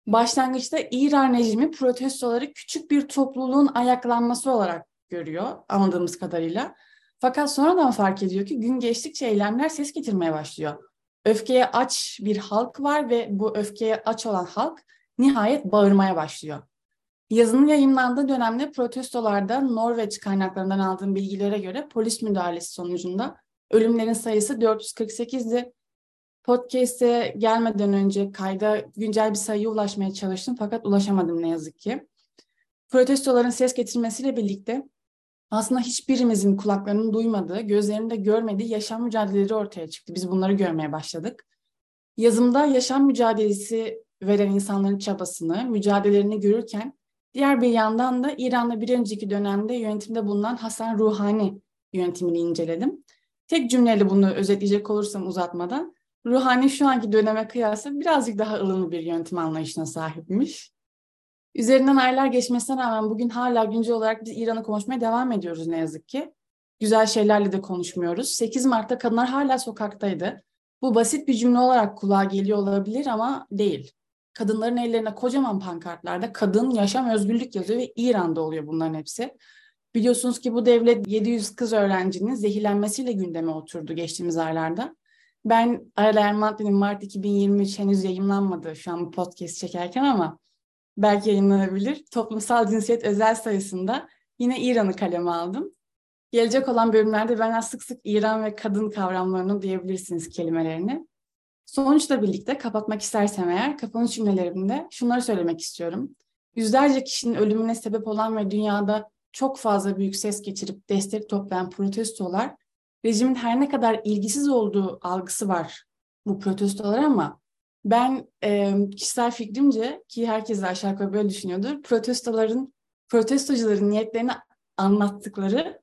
Başlangıçta İran rejimi protestoları küçük bir topluluğun ayaklanması olarak görüyor anladığımız kadarıyla. Fakat sonradan fark ediyor ki gün geçtikçe eylemler ses getirmeye başlıyor. Öfkeye aç bir halk var ve bu öfkeye aç olan halk nihayet bağırmaya başlıyor. Yazının yayımlandığı dönemde protestolarda Norveç kaynaklarından aldığım bilgilere göre polis müdahalesi sonucunda ölümlerin sayısı dört yüz kırk sekizdi. Podcast'e gelmeden önce kayda güncel bir sayıya ulaşmaya çalıştım fakat ulaşamadım ne yazık ki. Protestoların ses getirmesiyle birlikte aslında hiçbirimizin kulaklarının duymadığı, gözlerinin de görmediği yaşam mücadeleleri ortaya çıktı. Biz bunları görmeye başladık. Yazımda yaşam mücadelesi veren insanların çabasını, mücadelelerini görürken diğer bir yandan da İran'da bir önceki dönemde yönetimde bulunan Hasan Ruhani yönetimini inceledim. Tek cümleyle bunu özetleyecek olursam uzatmadan, Ruhani şu anki döneme kıyasla birazcık daha ılımlı bir yönetim anlayışına sahipmiş. Üzerinden aylar geçmesine rağmen bugün hala güncel olarak biz İran'ı konuşmaya devam ediyoruz ne yazık ki. Güzel şeylerle de konuşmuyoruz. sekiz Mart'ta kadınlar hala sokaktaydı. Bu basit bir cümle olarak kulağa geliyor olabilir ama değil. Kadınların ellerine kocaman pankartlarda kadın, yaşam, özgürlük yazıyor ve İran'da oluyor bunların hepsi. Biliyorsunuz ki bu devlet yedi yüz kız öğrencinin zehirlenmesiyle gündeme oturdu geçtiğimiz aylarda. Ben Arel Ermanti'nin Mart iki bin yirmi üç henüz yayımlanmadı şu an bu podcast çekerken ama belki yayınlanabilir. Toplumsal cinsiyet özel sayısında yine İran'ı kaleme aldım. Gelecek olan bölümlerde ben sık sık İran ve kadın kavramlarını duyabilirsiniz kelimelerini. Sonuçla birlikte kapatmak istersem eğer kapanış cümlelerimde şunları söylemek istiyorum. Yüzlerce kişinin ölümüne sebep olan ve dünyada çok fazla büyük ses geçirip destek toplayan protestolar, rejimin her ne kadar ilgisiz olduğu algısı var bu protestolar ama ben e, kişisel fikrimce ki herkes de aşağı yukarı böyle düşünüyordur, protestoların, protestocuların niyetlerini anlattıkları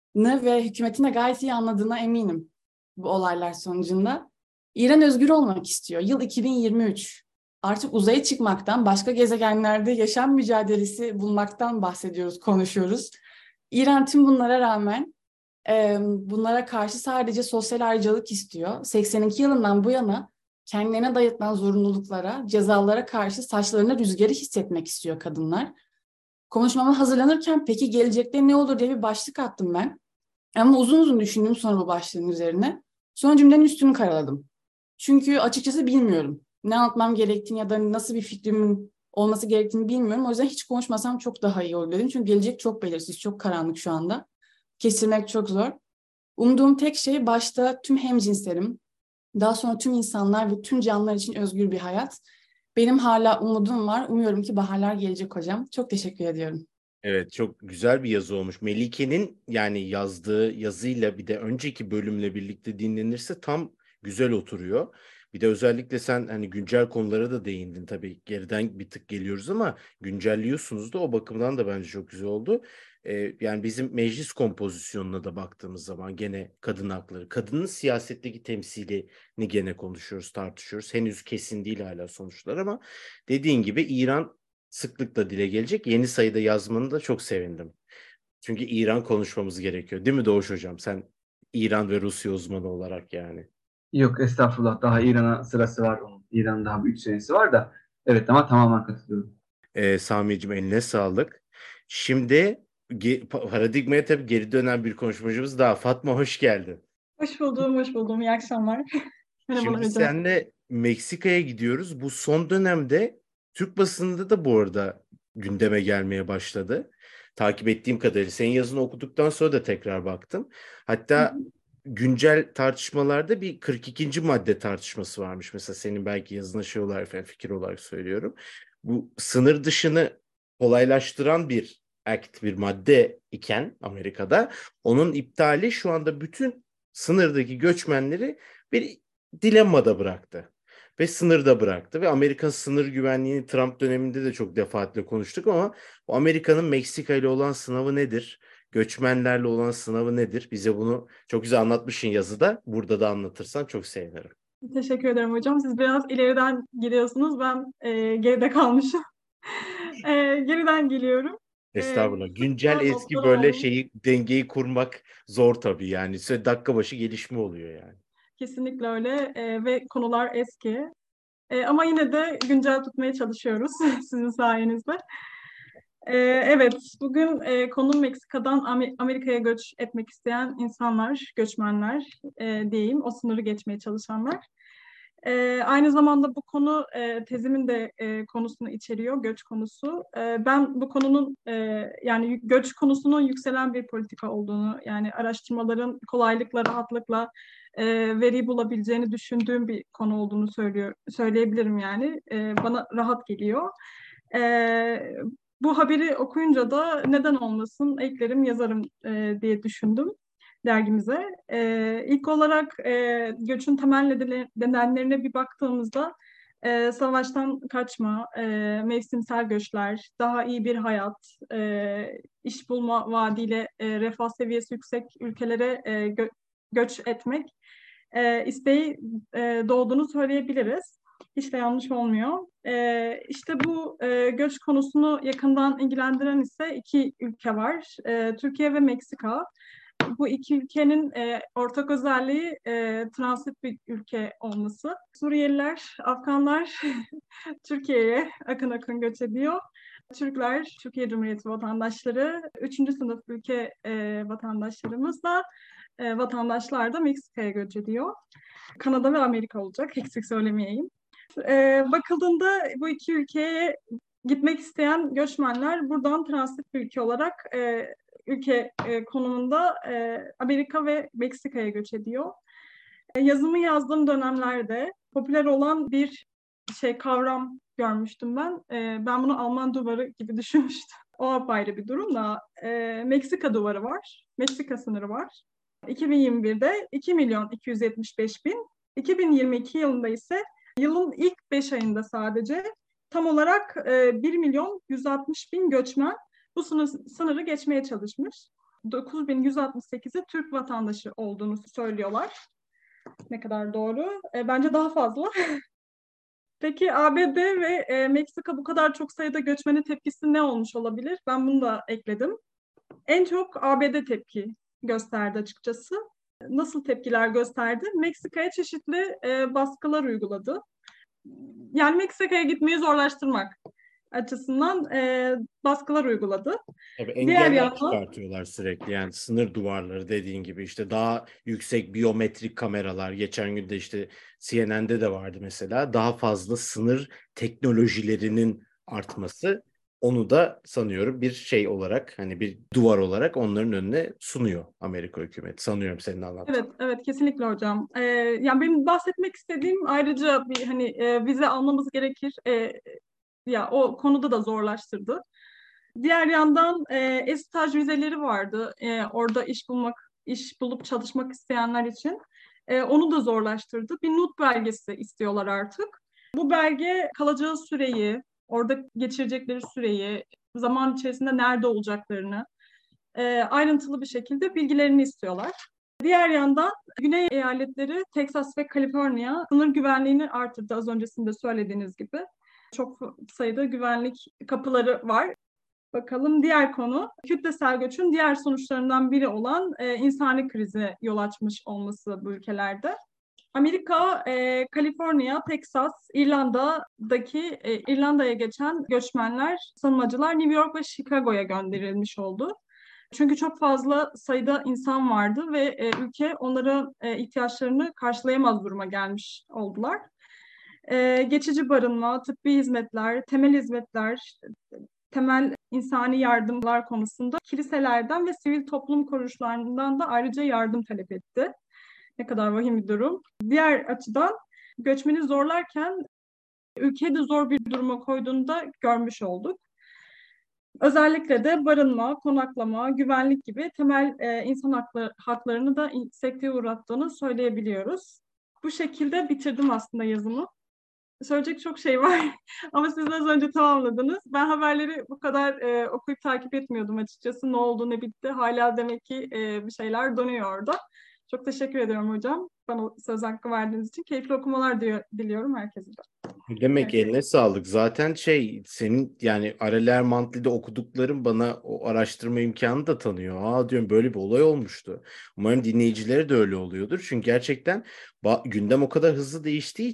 ve hükümetin de gayet iyi anladığına eminim bu olaylar sonucunda. İran özgür olmak istiyor. Yıl iki bin yirmi üç. Artık uzaya çıkmaktan, başka gezegenlerde yaşam mücadelesi bulmaktan bahsediyoruz, konuşuyoruz. İran tüm bunlara rağmen e, bunlara karşı sadece sosyal ayrıcalık istiyor. seksen iki yılından bu yana kendilerine dayatılan zorunluluklara, cezalara karşı saçlarına rüzgarı hissetmek istiyor kadınlar. Konuşmama hazırlanırken peki gelecekte ne olur diye bir başlık attım ben. Ama uzun uzun düşündüm sonra bu başlığın üzerine. Sonra cümlenin üstünü karaladım. Çünkü açıkçası bilmiyorum. Ne anlatmam gerektiğini ya da nasıl bir fikrimin olması gerektiğini bilmiyorum. O yüzden hiç konuşmasam çok daha iyi olur dedim. Çünkü gelecek çok belirsiz, çok karanlık şu anda. Kestirmek çok zor. Umduğum tek şey başta tüm hemcinslerim, daha sonra tüm insanlar ve tüm canlılar için özgür bir hayat. Benim hala umudum var. Umuyorum ki baharlar gelecek hocam. Çok teşekkür ediyorum. Evet, çok güzel bir yazı olmuş. Melike'nin yani yazdığı yazıyla bir de önceki bölümle birlikte dinlenirse tam güzel oturuyor. Bir de özellikle sen hani güncel konulara da değindin tabii. Geriden bir tık geliyoruz ama güncelliyorsunuz da o bakımdan da bence çok güzel oldu. Ee, yani bizim meclis kompozisyonuna da baktığımız zaman gene kadın hakları, kadının siyasetteki temsilini gene konuşuyoruz, tartışıyoruz. Henüz kesin değil hala sonuçlar ama dediğin gibi İran sıklıkla dile gelecek. Yeni sayıda yazmanı da çok sevindim. Çünkü İran konuşmamız gerekiyor. Değil mi Doğuş Hocam? Sen İran ve Rusya uzmanı olarak yani. Yok estağfurullah, daha İran'a sırası var onun. İran'ın daha bir üç senesi var da. Evet ama tamamen katılıyorum. Ee, Sami'cim eline sağlık. Şimdi ge- paradigmaya tabii geri dönen bir konuşmacımız daha. Fatma hoş geldin. Hoş buldum, hoş buldum. İyi akşamlar. Merhabalar Şimdi hocam. seninle Meksika'ya gidiyoruz. Bu son dönemde Türk basınında da bu arada gündeme gelmeye başladı. Takip ettiğim kadarıyla senin yazını okuduktan sonra da tekrar baktım. Hatta güncel tartışmalarda bir kırk ikinci madde tartışması varmış. Mesela senin belki yazına şey olarak falan fikir olarak söylüyorum. Bu sınır dışını kolaylaştıran bir act, bir madde iken Amerika'da onun iptali şu anda bütün sınırdaki göçmenleri bir dilemmada bıraktı. Ve sınırda bıraktı. Ve Amerika sınır güvenliğini Trump döneminde de çok defaatle konuştuk ama o Amerika'nın Meksika ile olan sınavı nedir? Göçmenlerle olan sınavı nedir? Bize bunu çok güzel anlatmışsın yazıda. Burada da anlatırsan çok sevinirim. Teşekkür ederim hocam. Siz biraz ileriden geliyorsunuz. Ben e, geride kalmışım. E, geriden geliyorum. E, Estağfurullah. Güncel kısmen eski notlar böyle aldım. şeyi dengeyi kurmak zor tabii yani. Dakika başı gelişme oluyor yani. Kesinlikle öyle. E, ve konular eski. E, ama yine de güncel tutmaya çalışıyoruz sizin sayenizde. E, evet, bugün e, konum Meksika'dan Amer- Amerika'ya göç etmek isteyen insanlar, göçmenler e, diyeyim, o sınırı geçmeye çalışanlar. E, aynı zamanda bu konu e, tezimin de e, konusunu içeriyor, göç konusu. E, ben bu konunun e, yani göç konusunun yükselen bir politika olduğunu, yani araştırmaların kolaylıkla, rahatlıkla e, veri bulabileceğini düşündüğüm bir konu olduğunu söylüyor, söyleyebilirim yani. E, bana rahat geliyor. E, Bu haberi okuyunca da neden olmasın, eklerim, yazarım e, diye düşündüm dergimize. E, ilk olarak e, göçün temel nedeni- nedenlerine bir baktığımızda e, savaştan kaçma, e, mevsimsel göçler, daha iyi bir hayat, e, iş bulma vaadiyle e, refah seviyesi yüksek ülkelere e, gö- göç etmek e, isteği e, doğduğunu söyleyebiliriz. Hiç de yanlış olmuyor. E, işte bu e, göç konusunu yakından ilgilendiren ise iki ülke var. E, Türkiye ve Meksika. Bu iki ülkenin e, ortak özelliği e, transit bir ülke olması. Suriyeliler, Afganlar Türkiye'ye akın akın göç ediyor. Türkler, Türkiye Cumhuriyeti vatandaşları, üçüncü sınıf ülke e, vatandaşlarımız da e, vatandaşlar da Meksika'ya göç ediyor. Kanada ve Amerika olacak, eksik söylemeyeyim. E, bakıldığında bu iki ülkeye gitmek isteyen göçmenler buradan transit bir ülke olarak e, ülke e, konumunda e, Amerika ve Meksika'ya göç ediyor. E, yazımı yazdığım dönemlerde popüler olan bir şey kavram görmüştüm ben. E, ben bunu Alman duvarı gibi düşünmüştüm. O apayrı bir durum da. E, Meksika duvarı var. Meksika sınırı var. iki bin yirmi birde iki milyon iki yüz yetmiş beş bin. iki bin yirmi iki yılında ise yılın ilk beş ayında sadece tam olarak e, bir milyon yüz altmış bin göçmen bu sınır, sınırı geçmeye çalışmış. dokuz bin yüz altmış sekizi Türk vatandaşı olduğunu söylüyorlar. Ne kadar doğru? E, bence daha fazla. Peki A B D ve e, Meksika bu kadar çok sayıda göçmenin tepkisi ne olmuş olabilir? Ben bunu da ekledim. En çok A B D tepki gösterdi açıkçası. Nasıl tepkiler gösterdi? Meksika'ya çeşitli e, baskılar uyguladı. Yani Meksika'ya gitmeyi zorlaştırmak açısından e, baskılar uyguladı. Tabii Diğer engeller yandan çıkartıyorlar sürekli, yani sınır duvarları dediğin gibi, işte daha yüksek biyometrik kameralar, geçen gün de işte C N N'de de vardı mesela, daha fazla sınır teknolojilerinin artması, onu da sanıyorum bir şey olarak, hani bir duvar olarak onların önüne sunuyor Amerika hükümeti, sanıyorum senin anlattığın. evet, evet kesinlikle hocam. Ee, yani benim bahsetmek istediğim ayrıca bir hani e, vize almamız gerekir. E, ya o konuda da zorlaştırdı. Diğer yandan e, e-staj vizeleri vardı. E, orada iş bulmak, iş bulup çalışmak isteyenler için. E, onu da zorlaştırdı. Bir N U T belgesi istiyorlar artık. Bu belge kalacağı süreyi, orada geçirecekleri süreyi, zaman içerisinde nerede olacaklarını e, ayrıntılı bir şekilde bilgilerini istiyorlar. Diğer yandan Güney eyaletleri Texas ve Kaliforniya sınır güvenliğini artırdı, az öncesinde söylediğiniz gibi. Çok sayıda güvenlik kapıları var. Bakalım diğer konu, kütlesel göçün diğer sonuçlarından biri olan e, insani krize yol açmış olması bu ülkelerde. Amerika, e, Kaliforniya, Texas, İrlanda'daki e, İrlanda'ya geçen göçmenler, sığınmacılar New York ve Chicago'ya gönderilmiş oldu. Çünkü çok fazla sayıda insan vardı ve e, ülke onların e, ihtiyaçlarını karşılayamaz duruma gelmiş oldular. E, geçici barınma, tıbbi hizmetler, temel hizmetler, temel insani yardımlar konusunda kiliselerden ve sivil toplum kuruluşlarından da ayrıca yardım talep etti. Ne kadar vahim bir durum. Diğer açıdan göçmeni zorlarken ülkeyi de zor bir duruma koyduğunu da görmüş olduk. Özellikle de barınma, konaklama, güvenlik gibi temel e, insan hakları, haklarını da sekteye uğrattığını söyleyebiliyoruz. Bu şekilde bitirdim aslında yazımı. Söyleyecek çok şey var ama siz az önce tamamladınız. Ben haberleri bu kadar e, okuyup takip etmiyordum açıkçası. Ne oldu, ne bitti. Hala demek ki e, bir şeyler dönüyor orada. Çok teşekkür ediyorum hocam. Bana söz hakkı verdiğiniz için. Keyifli okumalar diyor, diliyorum herkese de. Demek Herkese. eline sağlık. Zaten şey, senin yani Areler Mantli'de okudukların bana o araştırma imkanı da tanıyor. Aa diyorum, böyle bir olay olmuştu. Umarım dinleyicileri de öyle oluyordur. Çünkü gerçekten ba- gündem o kadar hızlı değiştiği için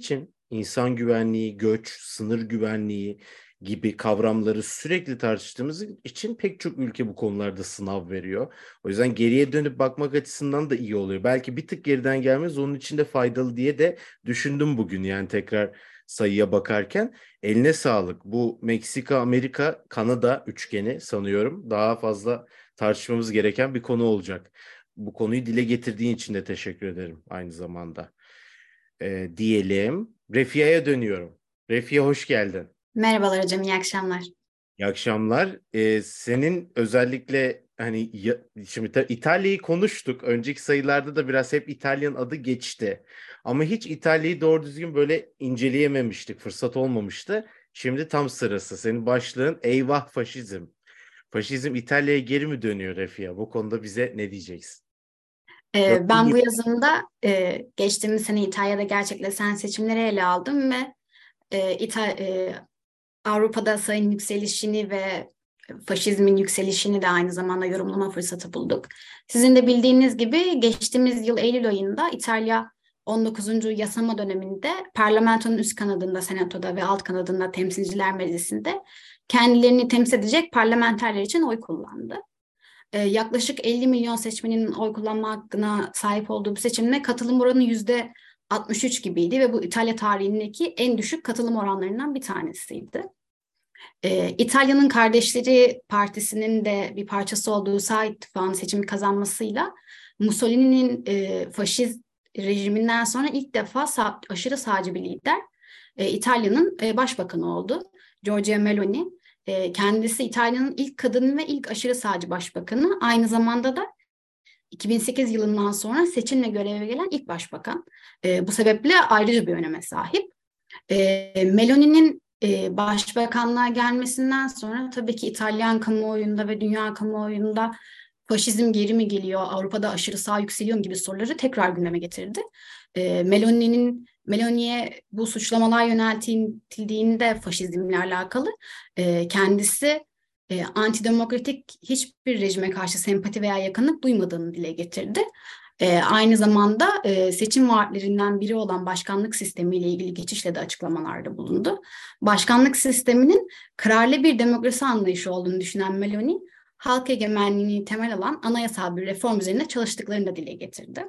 insan güvenliği, göç, sınır güvenliği gibi kavramları sürekli tartıştığımız için pek çok ülke bu konularda sınav veriyor. O yüzden geriye dönüp bakmak açısından da iyi oluyor. Belki bir tık geriden gelmez, onun için de faydalı diye de düşündüm bugün, yani tekrar sayıya bakarken. Eline sağlık. Bu Meksika, Amerika, Kanada üçgeni sanıyorum daha fazla tartışmamız gereken bir konu olacak. Bu konuyu dile getirdiğin için de teşekkür ederim aynı zamanda. Ee, diyelim. Refia'ya dönüyorum. Refia, hoş geldin. Merhabalar hocam, iyi akşamlar. İyi akşamlar. Ee, senin özellikle hani ya- şimdi ta- İtalya'yı konuştuk. Önceki sayılarda da biraz hep İtalya'nın adı geçti. Ama hiç İtalya'yı doğru düzgün böyle inceleyememiştik. Fırsat olmamıştı. Şimdi tam sırası. Senin başlığın eyvah faşizm. Faşizm İtalya'ya geri mi dönüyor Refia? Bu konuda bize ne diyeceksin? Nasıl Ee, ben iyi? bu yazımda e, geçtiğimiz sene İtalya'da gerçekleşen seçimleri ele aldım ve e, İta- e, Avrupa'da sayının yükselişini ve faşizmin yükselişini de aynı zamanda yorumlama fırsatı bulduk. Sizin de bildiğiniz gibi geçtiğimiz yıl Eylül ayında İtalya on dokuzuncu yasama döneminde parlamentonun üst kanadında, senatoda ve alt kanadında temsilciler meclisinde kendilerini temsil edecek parlamenterler için oy kullandı. Ee, yaklaşık elli milyon seçmenin oy kullanma hakkına sahip olduğu bu seçimde katılım oranı yüzde altmış üç gibiydi ve bu İtalya tarihindeki en düşük katılım oranlarından bir tanesiydi. Ee, İtalya'nın Kardeşleri Partisi'nin de bir parçası olduğu Sağ İttifakı'nın seçimi kazanmasıyla Mussolini'nin e, faşist rejiminden sonra ilk defa sağ, aşırı sağcı bir lider e, İtalya'nın e, başbakanı oldu. Giorgia Meloni. E, kendisi İtalya'nın ilk kadın ve ilk aşırı sağcı başbakanı. Aynı zamanda da iki bin sekiz yılından sonra seçimle göreve gelen ilk başbakan. E, bu sebeple ayrıca bir öneme sahip. E, Meloni'nin e, başbakanlığa gelmesinden sonra tabii ki İtalyan kamuoyunda ve dünya kamuoyunda faşizm geri mi geliyor, Avrupa'da aşırı sağ yükseliyor mu gibi soruları tekrar gündeme getirdi. E, Meloni'nin Meloni'ye bu suçlamalar yöneltildiğinde faşizmle alakalı e, kendisi e, antidemokratik hiçbir rejime karşı sempati veya yakınlık duymadığını dile getirdi. E, aynı zamanda e, seçim vaatlerinden biri olan başkanlık sistemiyle ilgili geçişle de açıklamalarda bulundu. Başkanlık sisteminin kararlı bir demokrasi anlayışı olduğunu düşünen Meloni, halk egemenliğini temel alan anayasal bir reform üzerinde çalıştıklarını da dile getirdi.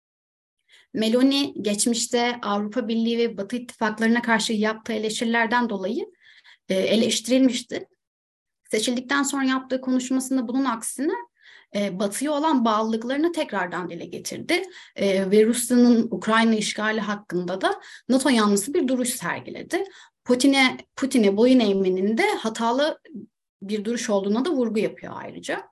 Meloni geçmişte Avrupa Birliği ve Batı ittifaklarına karşı yaptığı eleştirilerden dolayı e, eleştirilmişti. Seçildikten sonra yaptığı konuşmasında bunun aksine e, Batı'ya olan bağlılıklarını tekrardan dile getirdi. E, ve Rusya'nın Ukrayna işgali hakkında da NATO yanlısı bir duruş sergiledi. Putin'e Putin'e boyun eğmenin de hatalı bir duruş olduğuna da vurgu yapıyor ayrıca.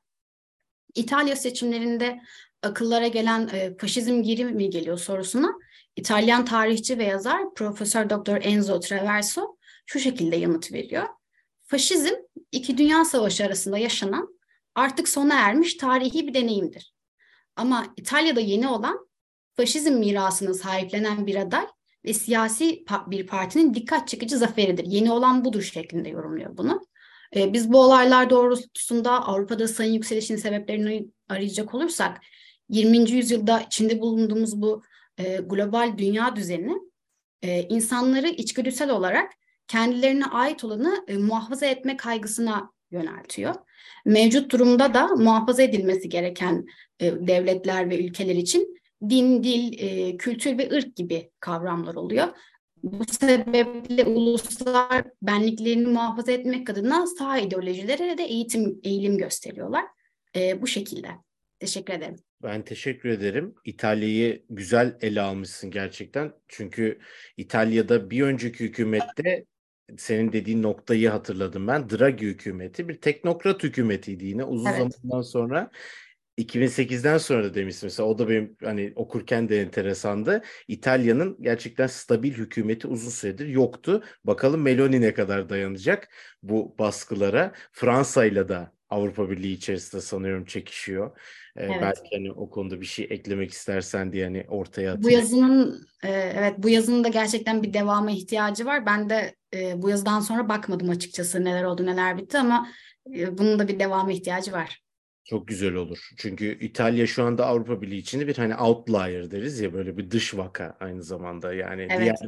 İtalya seçimlerinde akıllara gelen e, faşizm geri mi geliyor sorusuna İtalyan tarihçi ve yazar Profesör Doktor Enzo Traverso şu şekilde yanıt veriyor. Faşizm iki Dünya Savaşı arasında yaşanan artık sona ermiş tarihi bir deneyimdir. Ama İtalya'da yeni olan faşizm mirasını sahiplenen bir aday ve siyasi bir partinin dikkat çekici zaferidir. Yeni olan budur şeklinde yorumluyor bunu. Ee, biz bu olaylar doğrultusunda Avrupa'da sayın yükselişin sebeplerini arayacak olursak yirminci yüzyılda içinde bulunduğumuz bu e, global dünya düzeni e, insanları içgüdüsel olarak kendilerine ait olanı e, muhafaza etme kaygısına yöneltiyor. Mevcut durumda da muhafaza edilmesi gereken e, devletler ve ülkeler için din, dil, e, kültür ve ırk gibi kavramlar oluyor. Bu sebeple uluslar benliklerini muhafaza etmek adına sağ ideolojilere de eğitim, eğilim gösteriyorlar. E, bu şekilde. Teşekkür ederim. Ben teşekkür ederim. İtalya'yı güzel ele almışsın gerçekten. Çünkü İtalya'da bir önceki hükümette senin dediğin noktayı hatırladım ben. Draghi hükümeti bir teknokrat hükümetiydi yine uzun Evet. zamandan sonra. iki bin sekizden sonra da demişsin mesela, o da benim hani okurken de enteresandı. İtalya'nın gerçekten stabil hükümeti uzun süredir yoktu. Bakalım Meloni ne kadar dayanacak bu baskılara. Fransa'yla da Avrupa Birliği içerisinde sanıyorum çekişiyor. Ee, Evet. belki hani o konuda bir şey eklemek istersen diye hani ortaya Bu atayım. yazının e, evet bu yazının da gerçekten bir devama ihtiyacı var. Ben de e, bu yazıdan sonra bakmadım açıkçası neler oldu neler bitti ama e, bunun da bir devama ihtiyacı var. Çok güzel olur. Çünkü İtalya şu anda Avrupa Birliği içinde bir hani outlier deriz ya, böyle bir dış vaka aynı zamanda. Yani Evet. diğer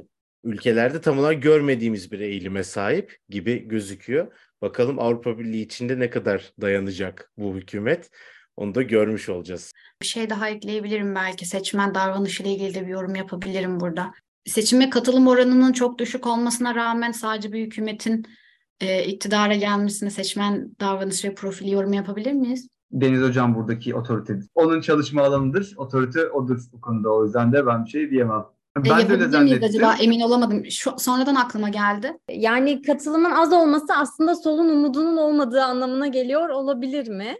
ülkelerde tam olarak görmediğimiz bir eğilime sahip gibi gözüküyor. Bakalım Avrupa Birliği içinde ne kadar dayanacak bu hükümet, onu da görmüş olacağız. Bir şey daha ekleyebilirim belki. Seçmen davranışıyla ilgili de bir yorum yapabilirim burada. Seçime katılım oranının çok düşük olmasına rağmen sadece bir hükümetin e, iktidara gelmesine seçmen davranışı ve profili yorum yapabilir miyiz? Deniz Hocam buradaki otorite. Onun çalışma alanıdır. Otorite odur bu konuda. O yüzden de ben bir şey diyemem. E, Ben de öyle yapabilir miyiz zannettim. acaba? Emin olamadım. Şu, sonradan aklıma geldi. Yani katılımın az olması aslında solun umudunun olmadığı anlamına geliyor olabilir mi?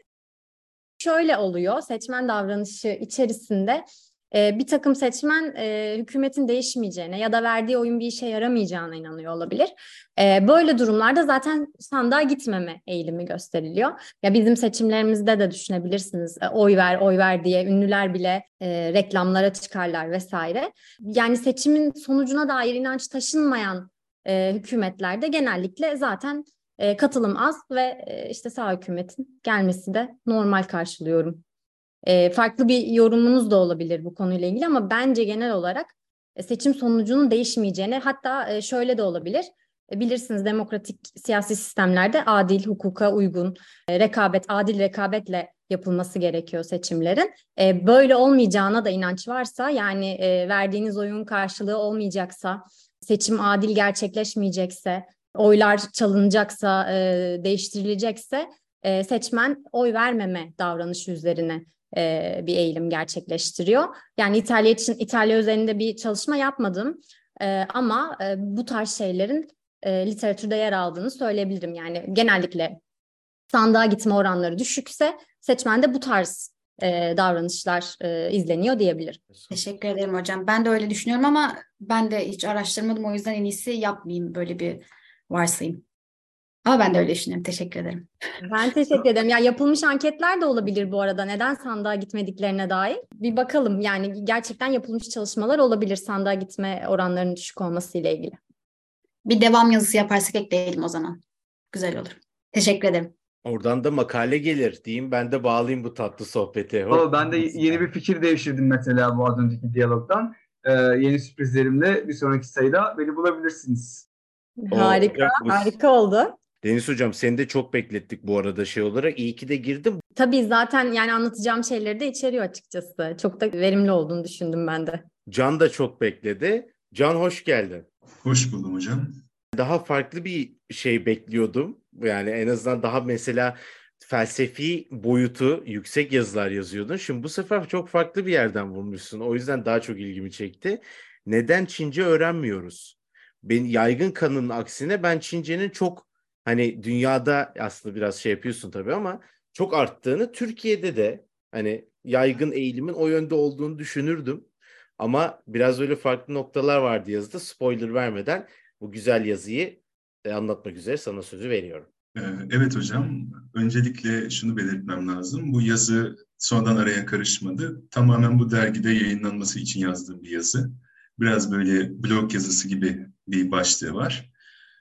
Şöyle oluyor, seçmen davranışı içerisinde e, bir takım seçmen e, hükümetin değişmeyeceğine ya da verdiği oyun bir işe yaramayacağına inanıyor olabilir. E, böyle durumlarda zaten sandığa gitmeme eğilimi gösteriliyor. Ya bizim seçimlerimizde de düşünebilirsiniz, e, oy ver, oy ver diye ünlüler bile e, reklamlara çıkarlar vesaire. Yani seçimin sonucuna dair inanç taşınmayan e, hükümetlerde genellikle zaten E, katılım az ve e, işte sağ hükümetin gelmesi de normal karşılıyorum. E, farklı bir yorumunuz da olabilir bu konuyla ilgili ama bence genel olarak e, seçim sonucunun değişmeyeceğini, hatta e, şöyle de olabilir. E, bilirsiniz demokratik siyasi sistemlerde adil, hukuka uygun, e, rekabet, adil rekabetle yapılması gerekiyor seçimlerin. E, böyle olmayacağına da inanç varsa, yani e, verdiğiniz oyun karşılığı olmayacaksa, seçim adil gerçekleşmeyecekse, oylar çalınacaksa, e, değiştirilecekse e, seçmen oy vermeme davranışı üzerine e, bir eğilim gerçekleştiriyor. Yani İtalya için, İtalya üzerinde bir çalışma yapmadım e, ama e, bu tarz şeylerin e, literatürde yer aldığını söyleyebilirim. Yani genellikle sandığa gitme oranları düşükse seçmende bu tarz e, davranışlar e, izleniyor diyebilirim. Teşekkür ederim hocam. Ben de öyle düşünüyorum ama ben de hiç araştırmadım. O yüzden en iyisi yapmayayım böyle bir varsayım. Ama ben de öyle düşünüyorum. Teşekkür ederim. Ben teşekkür ederim. Ya yapılmış anketler de olabilir bu arada. Neden sandığa gitmediklerine dair. Bir bakalım. Yani gerçekten yapılmış çalışmalar olabilir sandığa gitme oranlarının düşük olması ile ilgili. Bir devam yazısı yaparsak ekleyelim o zaman. Güzel olur. Teşekkür ederim. Oradan da makale gelir diyeyim, ben de bağlayayım bu tatlı sohbeti. Hop. Ama ben de yeni bir fikir devşirdim mesela bu az önceki diyalogdan. Ee, yeni sürprizlerimle bir sonraki sayıda beni bulabilirsiniz. Harika, O, harika oldu. Deniz Hocam seni de çok beklettik bu arada şey olarak. İyi ki de girdim. Tabii zaten yani anlatacağım şeyleri de içeriyor açıkçası. Çok da verimli olduğunu düşündüm ben de. Can da çok bekledi. Can hoş geldin. Hoş buldum hocam. Daha farklı bir şey bekliyordum. Yani en azından daha mesela felsefi boyutu yüksek yazılar yazıyordun. Şimdi bu sefer çok farklı bir yerden vurmuşsun. O yüzden daha çok ilgimi çekti. Neden Çince öğrenmiyoruz? Ben yaygın kanının aksine ben Çince'nin çok hani dünyada aslında biraz şey yapıyorsun tabii ama çok arttığını, Türkiye'de de hani yaygın eğilimin o yönde olduğunu düşünürdüm. Ama biraz öyle farklı noktalar vardı yazıda. Spoiler vermeden bu güzel yazıyı anlatmak üzere sana sözü veriyorum. Evet hocam, öncelikle şunu belirtmem lazım. Bu yazı sonradan araya karışmadı. Tamamen bu dergide yayınlanması için yazdığım bir yazı. Biraz böyle blog yazısı gibi bir başlığı var.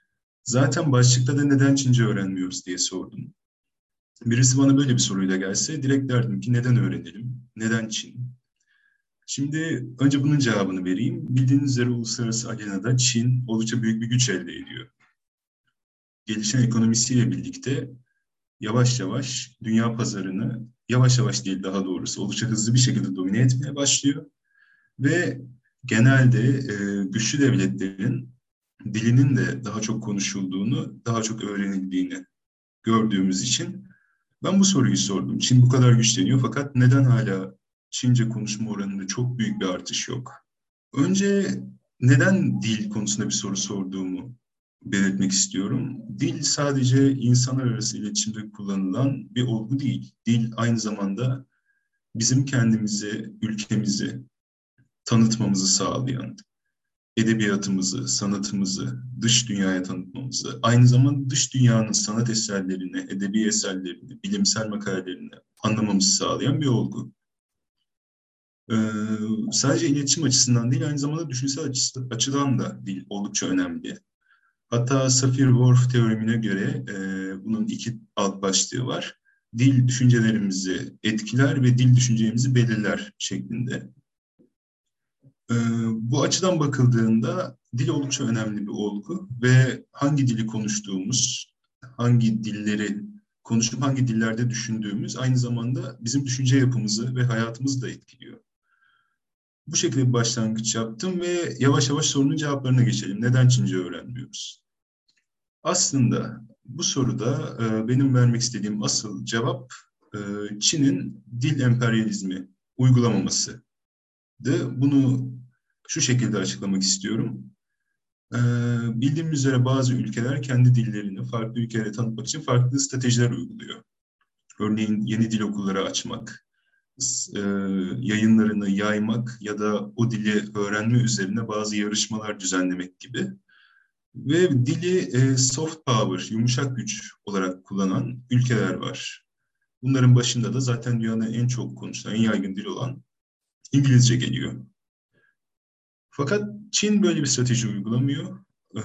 Zaten başlıkta da neden Çince öğrenmiyoruz diye sordum. Birisi bana böyle bir soruyla gelse direkt derdim ki neden öğrenelim? Neden Çin? Şimdi önce bunun cevabını vereyim. Bildiğiniz üzere uluslararası arenada Çin oldukça büyük bir güç elde ediyor. Gelişen ekonomisiyle birlikte yavaş yavaş dünya pazarını, yavaş yavaş değil daha doğrusu oldukça hızlı bir şekilde domine etmeye başlıyor. Ve genelde e, güçlü devletlerin dilinin de daha çok konuşulduğunu, daha çok öğrenildiğini gördüğümüz için ben bu soruyu sordum. Çin bu kadar güçleniyor fakat neden hala Çince konuşma oranında çok büyük bir artış yok? Önce neden dil konusunda bir soru sorduğumu belirtmek istiyorum. Dil sadece insanlar arası iletişimde kullanılan bir olgu değil. Dil aynı zamanda bizim kendimizi, ülkemizi tanıtmamızı sağlayan, edebiyatımızı, sanatımızı dış dünyaya tanıtmamızı, aynı zamanda dış dünyanın sanat eserlerini, edebi eserlerini, bilimsel makalelerini anlamamızı sağlayan bir olgu. Ee, sadece iletişim açısından değil, aynı zamanda düşünsel açısı, açıdan da dil oldukça önemli. Hatta Sapir-Whorf teoremine göre e, bunun iki alt başlığı var. Dil düşüncelerimizi etkiler ve dil düşüncemizi belirler şeklinde. Ee, bu açıdan bakıldığında dil oldukça önemli bir olgu ve hangi dili konuştuğumuz, hangi dilleri konuşup hangi dillerde düşündüğümüz aynı zamanda bizim düşünce yapımızı ve hayatımızı da etkiliyor. Bu şekilde bir başlangıç yaptım ve yavaş yavaş sorunun cevaplarına geçelim. Neden Çince öğrenmiyoruz? Aslında bu soruda e, benim vermek istediğim asıl cevap e, Çin'in dil emperyalizmi uygulamaması. De bunu şu şekilde açıklamak istiyorum. Ee, bildiğimiz üzere bazı ülkeler kendi dillerini farklı ülkelere tanıtmak için farklı stratejiler uyguluyor. Örneğin yeni dil okulları açmak, e, yayınlarını yaymak ya da o dili öğrenme üzerine bazı yarışmalar düzenlemek gibi. Ve dili e, soft power, yumuşak güç olarak kullanan ülkeler var. Bunların başında da zaten dünyanın en çok konuşulan, en yaygın dil olan İngilizce geliyor. Fakat Çin böyle bir strateji uygulamıyor.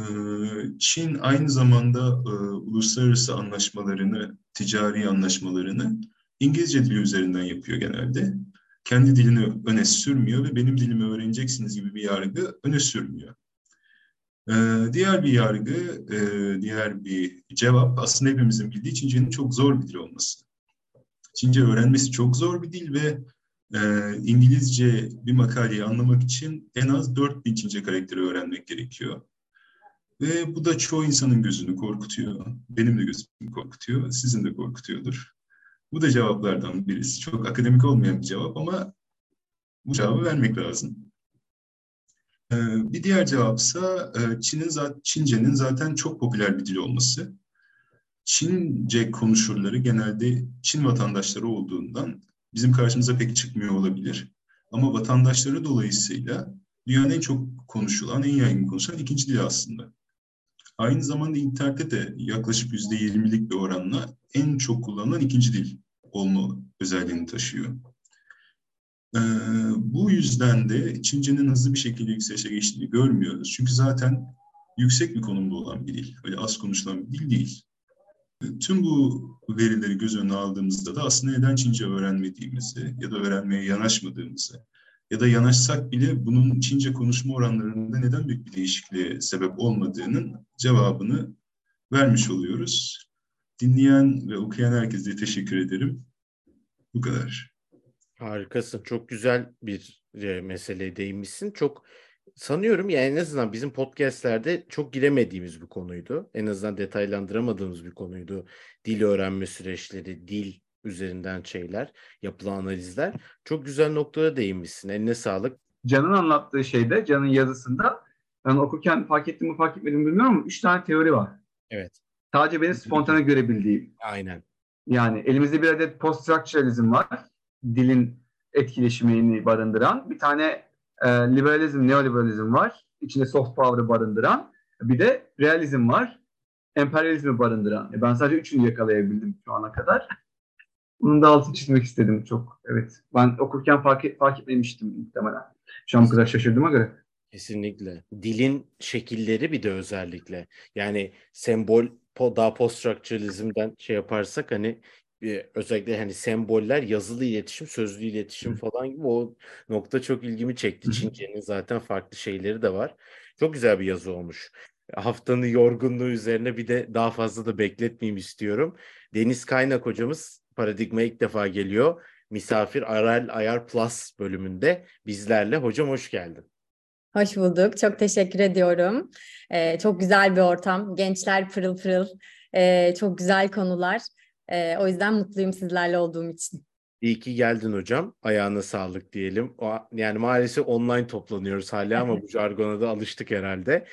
Çin aynı zamanda e, uluslararası anlaşmalarını, ticari anlaşmalarını İngilizce dili üzerinden yapıyor genelde. Kendi dilini öne sürmüyor ve benim dilimi öğreneceksiniz gibi bir yargı öne sürmüyor. E, diğer bir yargı, e, diğer bir cevap aslında hepimizin bildiği Çince'nin çok zor bir dil olması. Çince öğrenmesi çok zor bir dil ve e, İngilizce bir makaleyi anlamak için en az dört bin Çince karakteri öğrenmek gerekiyor. Ve bu da çoğu insanın gözünü korkutuyor. Benim de gözümü korkutuyor, sizin de korkutuyordur. Bu da cevaplardan birisi. Çok akademik olmayan bir cevap ama bu cevabı vermek lazım. Ee, bir diğer cevapsa e, Çin'in Çince'nin zaten çok popüler bir dil olması. Çince konuşurları genelde Çin vatandaşları olduğundan bizim karşımıza pek çıkmıyor olabilir. Ama vatandaşları dolayısıyla dünyanın en çok konuşulan, en yaygın konuşulan ikinci dili aslında. Aynı zamanda internette de yaklaşık yüzde yirmilik bir oranla en çok kullanılan ikinci dil olma özelliğini taşıyor. Ee, bu yüzden de Çince'nin hızlı bir şekilde yükselişe geçtiğini görmüyoruz. Çünkü zaten yüksek bir konumda olan bir dil. Öyle az konuşulan bir dil değil. Tüm bu verileri göz önüne aldığımızda da aslında neden Çince öğrenmediğimizi ya da öğrenmeye yanaşmadığımızı ya da yanaşsak bile bunun Çince konuşma oranlarında neden büyük bir değişikliğe sebep olmadığının cevabını vermiş oluyoruz. Dinleyen ve okuyan herkese teşekkür ederim. Bu kadar. Harikasın. Çok güzel bir e, meseleye değinmişsin. Çok sanıyorum yani en azından bizim podcastlerde çok giremediğimiz bir konuydu. En azından detaylandıramadığımız bir konuydu. Dil öğrenme süreçleri, dil üzerinden şeyler, yapılan analizler. Çok güzel noktada değinmişsin. Eline sağlık. Can'ın anlattığı şeyde, Can'ın yazısında ben okurken fark ettim mi fark etmedim bilmiyorum ama üç tane teori var. Evet. Sadece benim spontane görebildiğim. Aynen. Yani elimizde bir adet post-structuralism var. Dilin etkileşimini barındıran. Bir tane e, liberalizm, neoliberalizm var. İçinde soft power'ı barındıran. Bir de realizm var. Emperyalizmi barındıran. E, ben sadece üçünü yakalayabildim şu ana kadar. Bunun da altını çizmek istedim çok. Evet. Ben okurken fark, et, fark etmemiştim muhtemelen. Şu an bu kadar şaşırdığıma göre. Kesinlikle. Dilin şekilleri bir de özellikle. Yani sembol daha post-structuralizm'den şey yaparsak hani e, özellikle hani semboller, yazılı iletişim, sözlü iletişim falan gibi o nokta çok ilgimi çekti. Çince'nin zaten farklı şeyleri de var. Çok güzel bir yazı olmuş. Haftanın yorgunluğu üzerine bir de daha fazla da bekletmeyeyim istiyorum. Deniz Kaynak hocamız Paradigma ilk defa geliyor. Misafir Aral Ayar Plus bölümünde bizlerle. Hocam hoş geldin. Hoş bulduk. Çok teşekkür ediyorum. Ee, çok güzel bir ortam. Gençler pırıl pırıl. Ee, çok güzel konular. Ee, o yüzden mutluyum sizlerle olduğum için. İyi ki geldin hocam. Ayağına sağlık diyelim. O, yani maalesef online toplanıyoruz hala ama bu jargona da alıştık herhalde.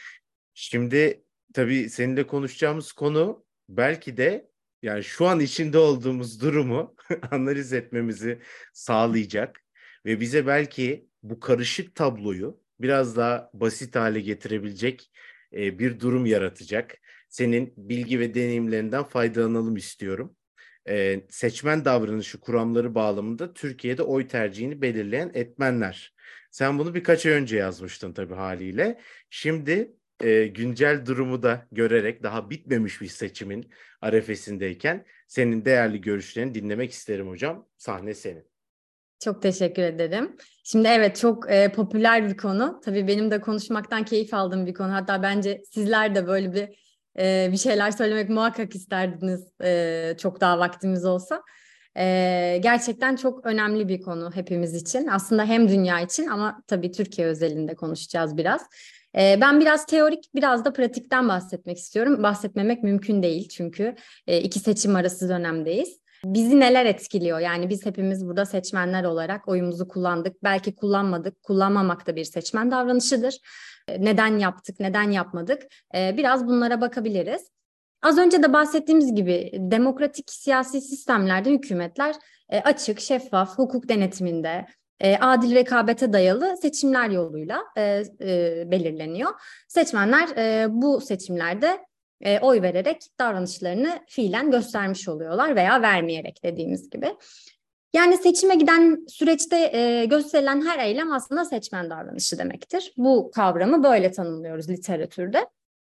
Şimdi tabii seninle konuşacağımız konu belki de yani şu an içinde olduğumuz durumu analiz etmemizi sağlayacak ve bize belki bu karışık tabloyu biraz daha basit hale getirebilecek e, bir durum yaratacak. Senin bilgi ve deneyimlerinden faydalanalım istiyorum. E, seçmen davranışı kuramları bağlamında Türkiye'de oy tercihini belirleyen etmenler. Sen bunu birkaç ay önce yazmıştın tabii haliyle. Şimdi e, güncel durumu da görerek daha bitmemiş bir seçimin arefesindeyken senin değerli görüşlerini dinlemek isterim hocam. Sahne senin. Çok teşekkür ederim. Şimdi evet, çok e, popüler bir konu. Tabii benim de konuşmaktan keyif aldığım bir konu. Hatta bence sizler de böyle bir e, bir şeyler söylemek muhakkak isterdiniz, e, çok daha vaktimiz olsa. E, gerçekten çok önemli bir konu hepimiz için. Aslında hem dünya için ama tabii Türkiye özelinde konuşacağız biraz. E, ben biraz teorik, biraz da pratikten bahsetmek istiyorum. Bahsetmemek mümkün değil çünkü e, iki seçim arası dönemdeyiz. Bizi neler etkiliyor? Yani biz hepimiz burada seçmenler olarak oyumuzu kullandık. Belki kullanmadık. Kullanmamak da bir seçmen davranışıdır. Neden yaptık, neden yapmadık? Biraz bunlara bakabiliriz. Az önce de bahsettiğimiz gibi demokratik siyasi sistemlerde hükümetler açık, şeffaf, hukuk denetiminde, adil rekabete dayalı seçimler yoluyla belirleniyor. Seçmenler bu seçimlerde E, oy vererek davranışlarını fiilen göstermiş oluyorlar veya vermeyerek dediğimiz gibi. Yani seçime giden süreçte e, gösterilen her eylem aslında seçmen davranışı demektir. Bu kavramı böyle tanımlıyoruz literatürde.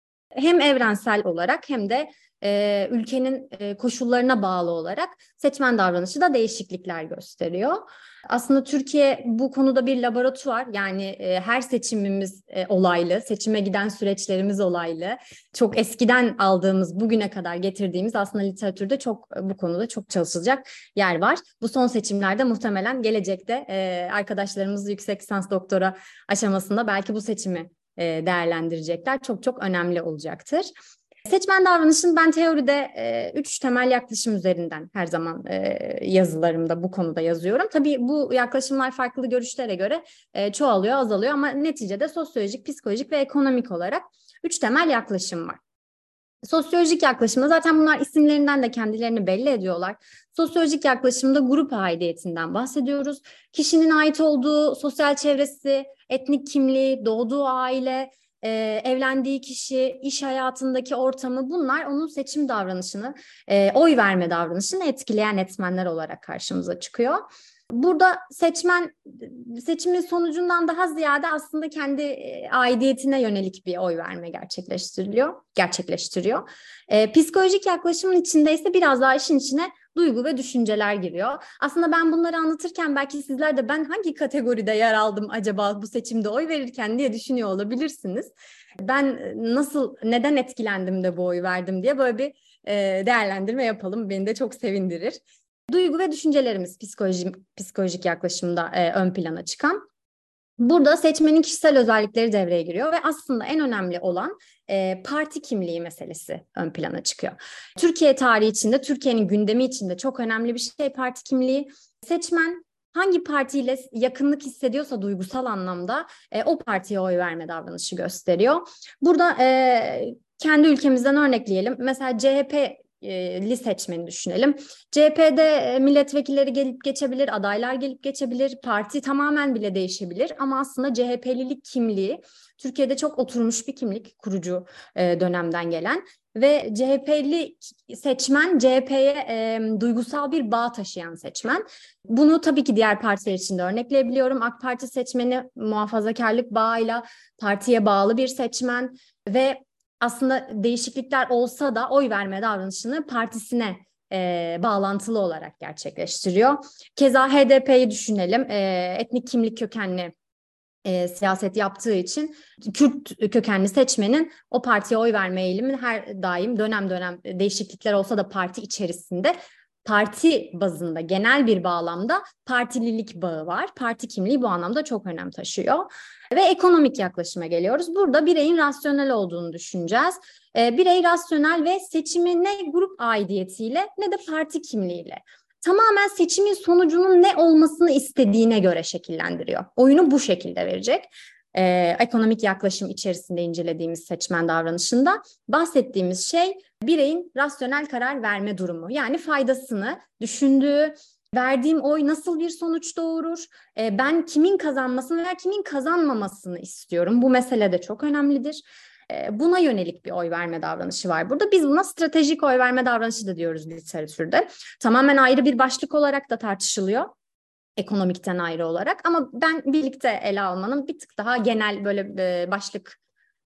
Hem evrensel olarak hem de e, ülkenin e, koşullarına bağlı olarak seçmen davranışı da değişiklikler gösteriyor. Aslında Türkiye bu konuda bir laboratuvar. Yani e, her seçimimiz e, olaylı, seçime giden süreçlerimiz olaylı. Çok eskiden aldığımız, bugüne kadar getirdiğimiz aslında literatürde çok bu konuda çok çalışılacak yer var. Bu son seçimlerde muhtemelen gelecekte e, arkadaşlarımız yüksek lisans doktora aşamasında belki bu seçimi e, değerlendirecekler. Çok çok önemli olacaktır. Seçmen davranışını ben teoride e, üç temel yaklaşım üzerinden her zaman e, yazılarımda bu konuda yazıyorum. Tabii bu yaklaşımlar farklı görüşlere göre e, çoğalıyor, azalıyor ama neticede sosyolojik, psikolojik ve ekonomik olarak üç temel yaklaşım var. Sosyolojik yaklaşımda zaten bunlar isimlerinden de kendilerini belli ediyorlar. Sosyolojik yaklaşımda grup aidiyetinden bahsediyoruz. Kişinin ait olduğu sosyal çevresi, etnik kimliği, doğduğu aile, e, evlendiği kişi, iş hayatındaki ortamı, bunlar onun seçim davranışını, e, oy verme davranışını etkileyen etmenler olarak karşımıza çıkıyor. Burada seçmen seçimin sonucundan daha ziyade aslında kendi e, aidiyetine yönelik bir oy verme gerçekleştiriliyor, gerçekleştiriyor. E, psikolojik yaklaşımın içinde ise biraz daha işin içine duygu ve düşünceler giriyor. Aslında ben bunları anlatırken belki sizler de ben hangi kategoride yer aldım acaba bu seçimde oy verirken diye düşünüyor olabilirsiniz. Ben nasıl, neden etkilendim de bu oyu verdim diye böyle bir e, değerlendirme yapalım. Beni de çok sevindirir. Duygu ve düşüncelerimiz psikolojik, psikolojik yaklaşımda e, ön plana çıkan. Burada seçmenin kişisel özellikleri devreye giriyor ve aslında en önemli olan e, parti kimliği meselesi ön plana çıkıyor. Türkiye tarihi içinde, Türkiye'nin gündemi içinde çok önemli bir şey parti kimliği. Seçmen hangi partiyle yakınlık hissediyorsa duygusal anlamda e, o partiye oy verme davranışı gösteriyor. Burada e, kendi ülkemizden örnekleyelim. Mesela C H P li seçmeni düşünelim. C H P'de milletvekilleri gelip geçebilir, adaylar gelip geçebilir, parti tamamen bile değişebilir ama aslında C H P'lilik kimliği Türkiye'de çok oturmuş bir kimlik, kurucu dönemden gelen ve C H P'li seçmen C H P'ye e, duygusal bir bağ taşıyan seçmen. Bunu tabii ki diğer partiler için de örnekleyebiliyorum. AK Parti seçmeni muhafazakarlık bağıyla partiye bağlı bir seçmen ve aslında değişiklikler olsa da oy verme davranışını partisine e, bağlantılı olarak gerçekleştiriyor. Keza H D P'yi düşünelim. E, etnik kimlik kökenli e, siyaset yaptığı için Kürt kökenli seçmenin o partiye oy verme eğilimi her daim dönem dönem değişiklikler olsa da parti içerisinde parti bazında genel bir bağlamda partililik bağı var. Parti kimliği bu anlamda çok önem taşıyor. Ve ekonomik yaklaşıma geliyoruz. Burada bireyin rasyonel olduğunu düşüneceğiz. E, birey rasyonel ve seçimi ne grup aidiyetiyle ne de parti kimliğiyle tamamen seçimin sonucunun ne olmasını istediğine göre şekillendiriyor. Oyunu bu şekilde verecek. Ee, ekonomik yaklaşım içerisinde incelediğimiz seçmen davranışında bahsettiğimiz şey bireyin rasyonel karar verme durumu. Yani faydasını düşündüğü, verdiğim oy nasıl bir sonuç doğurur, ee, ben kimin kazanmasını veya kimin kazanmamasını istiyorum. Bu mesele de çok önemlidir. Ee, buna yönelik bir oy verme davranışı var burada. Biz buna stratejik oy verme davranışı da diyoruz literatürde. Tamamen ayrı bir başlık olarak da tartışılıyor. Ekonomikten ayrı olarak ama ben birlikte ele almanın bir tık daha genel böyle başlık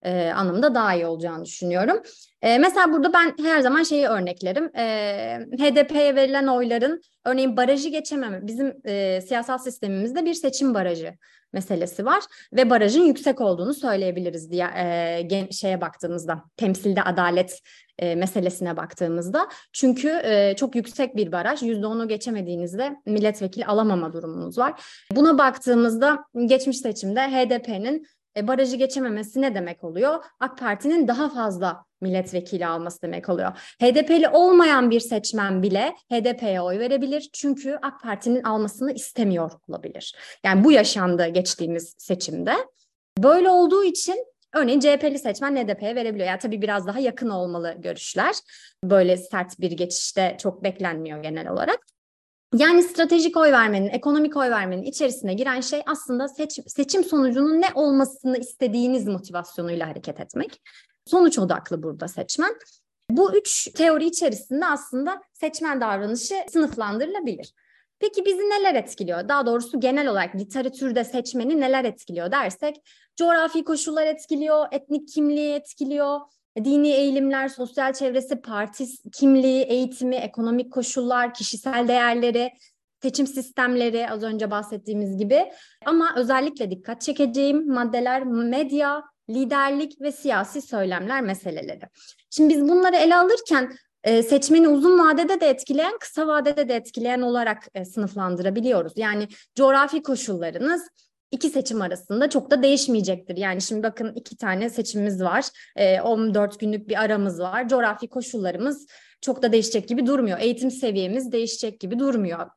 e, anlamda daha iyi olacağını düşünüyorum. E, mesela burada ben her zaman şeyi örneklerim. E, H D P'ye verilen oyların örneğin barajı geçememe. Bizim e, siyasal sistemimizde bir seçim barajı meselesi var ve barajın yüksek olduğunu söyleyebiliriz diye e, gen, şeye baktığımızda, temsilde adalet e, meselesine baktığımızda. Çünkü e, çok yüksek bir baraj, yüzde onu geçemediğinizde milletvekili alamama durumunuz var. Buna baktığımızda geçmiş seçimde H D P'nin e, barajı geçememesi ne demek oluyor? AK Parti'nin daha fazla milletvekili alması demek oluyor. H D P'li olmayan bir seçmen bile H D P'ye oy verebilir. Çünkü AK Parti'nin almasını istemiyor olabilir. Yani bu yaşandı geçtiğimiz seçimde. Böyle olduğu için örneğin C H P'li seçmen H D P'ye verebiliyor. Yani tabii biraz daha yakın olmalı görüşler. Böyle sert bir geçişte çok beklenmiyor genel olarak. Yani stratejik oy vermenin, ekonomik oy vermenin içerisine giren şey aslında seç, seçim sonucunun ne olmasını istediğiniz motivasyonuyla hareket etmek. Sonuç odaklı burada seçmen. Bu üç teori içerisinde aslında seçmen davranışı sınıflandırılabilir. Peki bizi neler etkiliyor? Daha doğrusu genel olarak literatürde seçmeni neler etkiliyor dersek, coğrafi koşullar etkiliyor, etnik kimliği etkiliyor, dini eğilimler, sosyal çevresi, parti kimliği, eğitimi, ekonomik koşullar, kişisel değerleri, seçim sistemleri az önce bahsettiğimiz gibi. Ama özellikle dikkat çekeceğim maddeler medya, liderlik ve siyasi söylemler meseleleri. Şimdi biz bunları ele alırken seçmeni uzun vadede de etkileyen, kısa vadede de etkileyen olarak sınıflandırabiliyoruz. Yani coğrafi koşullarınız İki seçim arasında çok da değişmeyecektir. Yani şimdi bakın iki tane seçimimiz var. E, on dört günlük bir aramız var. Coğrafi koşullarımız çok da değişecek gibi durmuyor. Eğitim seviyemiz değişecek gibi durmuyor.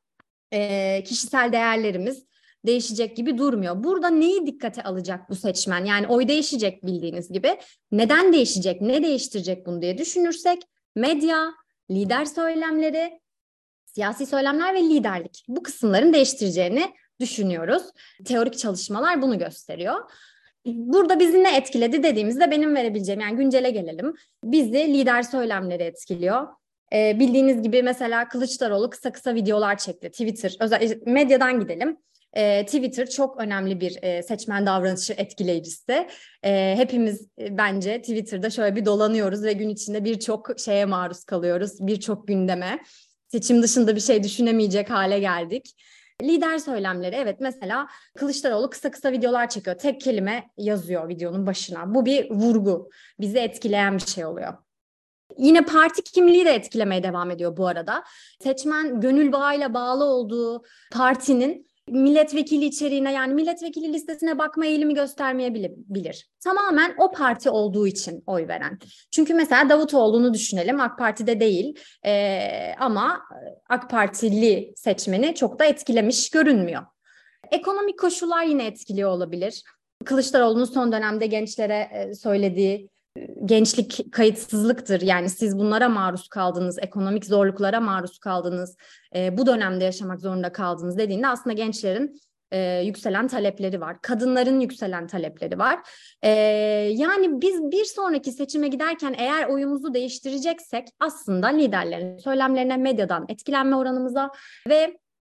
E, kişisel değerlerimiz değişecek gibi durmuyor. Burada neyi dikkate alacak bu seçmen? Yani oy değişecek bildiğiniz gibi. Neden değişecek? Ne değiştirecek bunu diye düşünürsek medya, lider söylemleri, siyasi söylemler ve liderlik. Bu kısımların değiştireceğini düşünüyoruz. Teorik çalışmalar bunu gösteriyor. Burada bizi ne etkiledi dediğimizde benim verebileceğim, yani güncele gelelim. Bizi lider söylemleri etkiliyor. Ee, bildiğiniz gibi mesela Kılıçdaroğlu kısa kısa videolar çekti. Twitter, özellikle medyadan gidelim. Ee, Twitter çok önemli bir e, seçmen davranışı etkileyicisi. Ee, hepimiz e, bence Twitter'da şöyle bir dolanıyoruz ve gün içinde birçok şeye maruz kalıyoruz. Birçok gündeme. Seçim dışında bir şey düşünemeyecek hale geldik. Lider söylemleri, evet, mesela Kılıçdaroğlu kısa kısa videolar çekiyor. Tek kelime yazıyor videonun başına. Bu bir vurgu. Bizi etkileyen bir şey oluyor. Yine parti kimliği de etkilemeye devam ediyor bu arada. Seçmen gönül bağıyla bağlı olduğu partinin milletvekili içeriğine, yani milletvekili listesine bakma eğilimi göstermeyebilir. Tamamen o parti olduğu için oy veren. Çünkü mesela Davutoğlu'nu düşünelim, AK Parti'de değil ee, ama AK Partili seçmeni çok da etkilemiş görünmüyor. Ekonomik koşullar yine etkiliyor olabilir. Kılıçdaroğlu'nun son dönemde gençlere söylediği gençlik kayıtsızlıktır. Yani siz bunlara maruz kaldınız, ekonomik zorluklara maruz kaldınız, e, bu dönemde yaşamak zorunda kaldınız dediğinde aslında gençlerin e, yükselen talepleri var. Kadınların yükselen talepleri var. E, yani biz bir sonraki seçime giderken eğer oyumuzu değiştireceksek aslında liderlerin söylemlerine, medyadan etkilenme oranımıza ve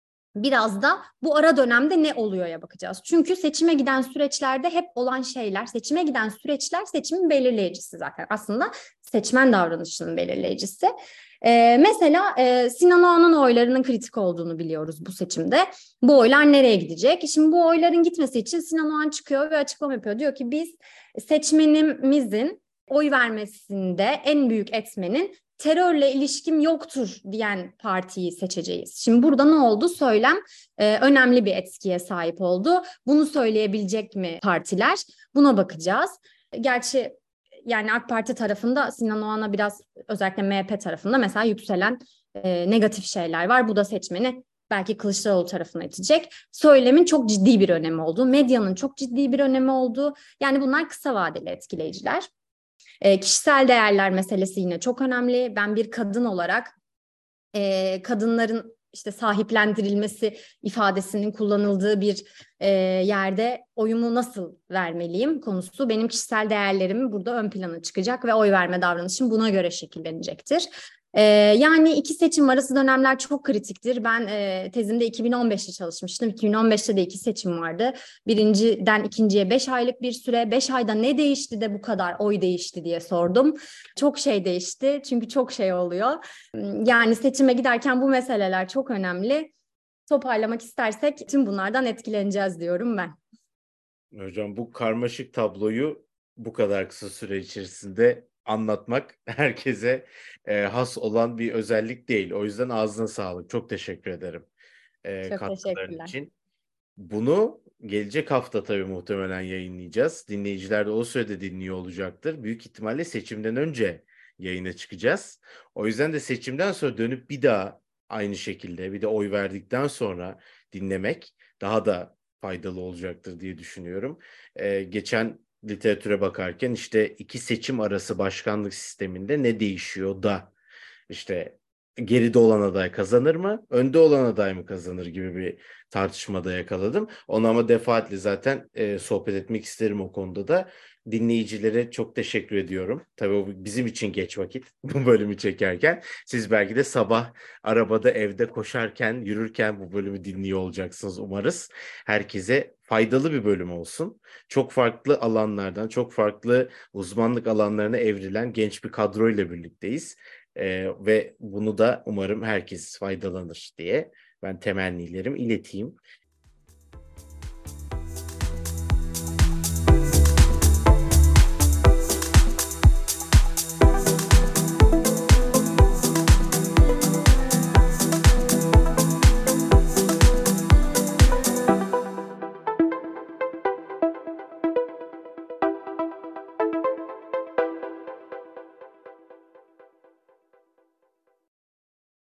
biraz da bu ara dönemde ne oluyor'ya bakacağız. Çünkü seçime giden süreçlerde hep olan şeyler, seçime giden süreçler seçimin belirleyicisi zaten. Aslında seçmen davranışının belirleyicisi. Ee, mesela e, Sinan Oğan'ın oylarının kritik olduğunu biliyoruz bu seçimde. Bu oylar nereye gidecek? Şimdi bu oyların gitmesi için Sinan Oğan çıkıyor ve açıklama yapıyor. Diyor ki biz seçmenimizin oy vermesinde en büyük etmenin terörle ilişkim yoktur diyen partiyi seçeceğiz. Şimdi burada ne oldu? Söylem e, önemli bir etkiye sahip oldu. Bunu söyleyebilecek mi partiler? Buna bakacağız. Gerçi yani AK Parti tarafında Sinan Oğan'a biraz, özellikle M H P tarafında mesela yükselen e, negatif şeyler var. Bu da seçmeni belki Kılıçdaroğlu tarafına itecek. Söylemin çok ciddi bir önemi olduğu, medyanın çok ciddi bir önemi olduğu, yani bunlar kısa vadeli etkileyiciler. E, kişisel değerler meselesi yine çok önemli. Ben bir kadın olarak e, kadınların işte sahiplendirilmesi ifadesinin kullanıldığı bir e, yerde oyumu nasıl vermeliyim konusu benim kişisel değerlerimi burada ön plana çıkacak ve oy verme davranışım buna göre şekillenecektir. Ee, yani iki seçim arası dönemler çok kritiktir. Ben e, tezimde iki bin on beşte çalışmıştım. iki bin on beşte de iki seçim vardı. Birinciden ikinciye beş aylık bir süre. Beş ayda ne değişti de bu kadar oy değişti diye sordum. Çok şey değişti çünkü çok şey oluyor. Yani seçime giderken bu meseleler çok önemli. Toparlamak istersek tüm bunlardan etkileneceğiz diyorum ben. Hocam bu karmaşık tabloyu bu kadar kısa süre içerisinde anlatmak herkese e, has olan bir özellik değil. O yüzden ağzına sağlık. Çok teşekkür ederim e, Çok katkıların teşekkürler. için. Bunu gelecek hafta tabii muhtemelen yayınlayacağız. Dinleyiciler de o sürede dinliyor olacaktır. Büyük ihtimalle seçimden önce yayına çıkacağız. O yüzden de seçimden sonra dönüp bir daha aynı şekilde bir de oy verdikten sonra dinlemek daha da faydalı olacaktır diye düşünüyorum. Ee, geçen literatüre bakarken işte iki seçim arası başkanlık sisteminde ne değişiyor da işte geride olan aday kazanır mı, önde olan aday mı kazanır gibi bir tartışmada yakaladım. Onu ama defaatle zaten e, sohbet etmek isterim o konuda da. Dinleyicilere çok teşekkür ediyorum. Tabii o bizim için geç vakit bu bölümü çekerken. Siz belki de sabah arabada, evde koşarken, yürürken bu bölümü dinliyor olacaksınız umarız. Herkese faydalı bir bölüm olsun. Çok farklı alanlardan, çok farklı uzmanlık alanlarına evrilen genç bir kadroyla birlikteyiz. Ee, ve bunu da umarım herkes faydalanır diye ben temennilerimi ileteyim.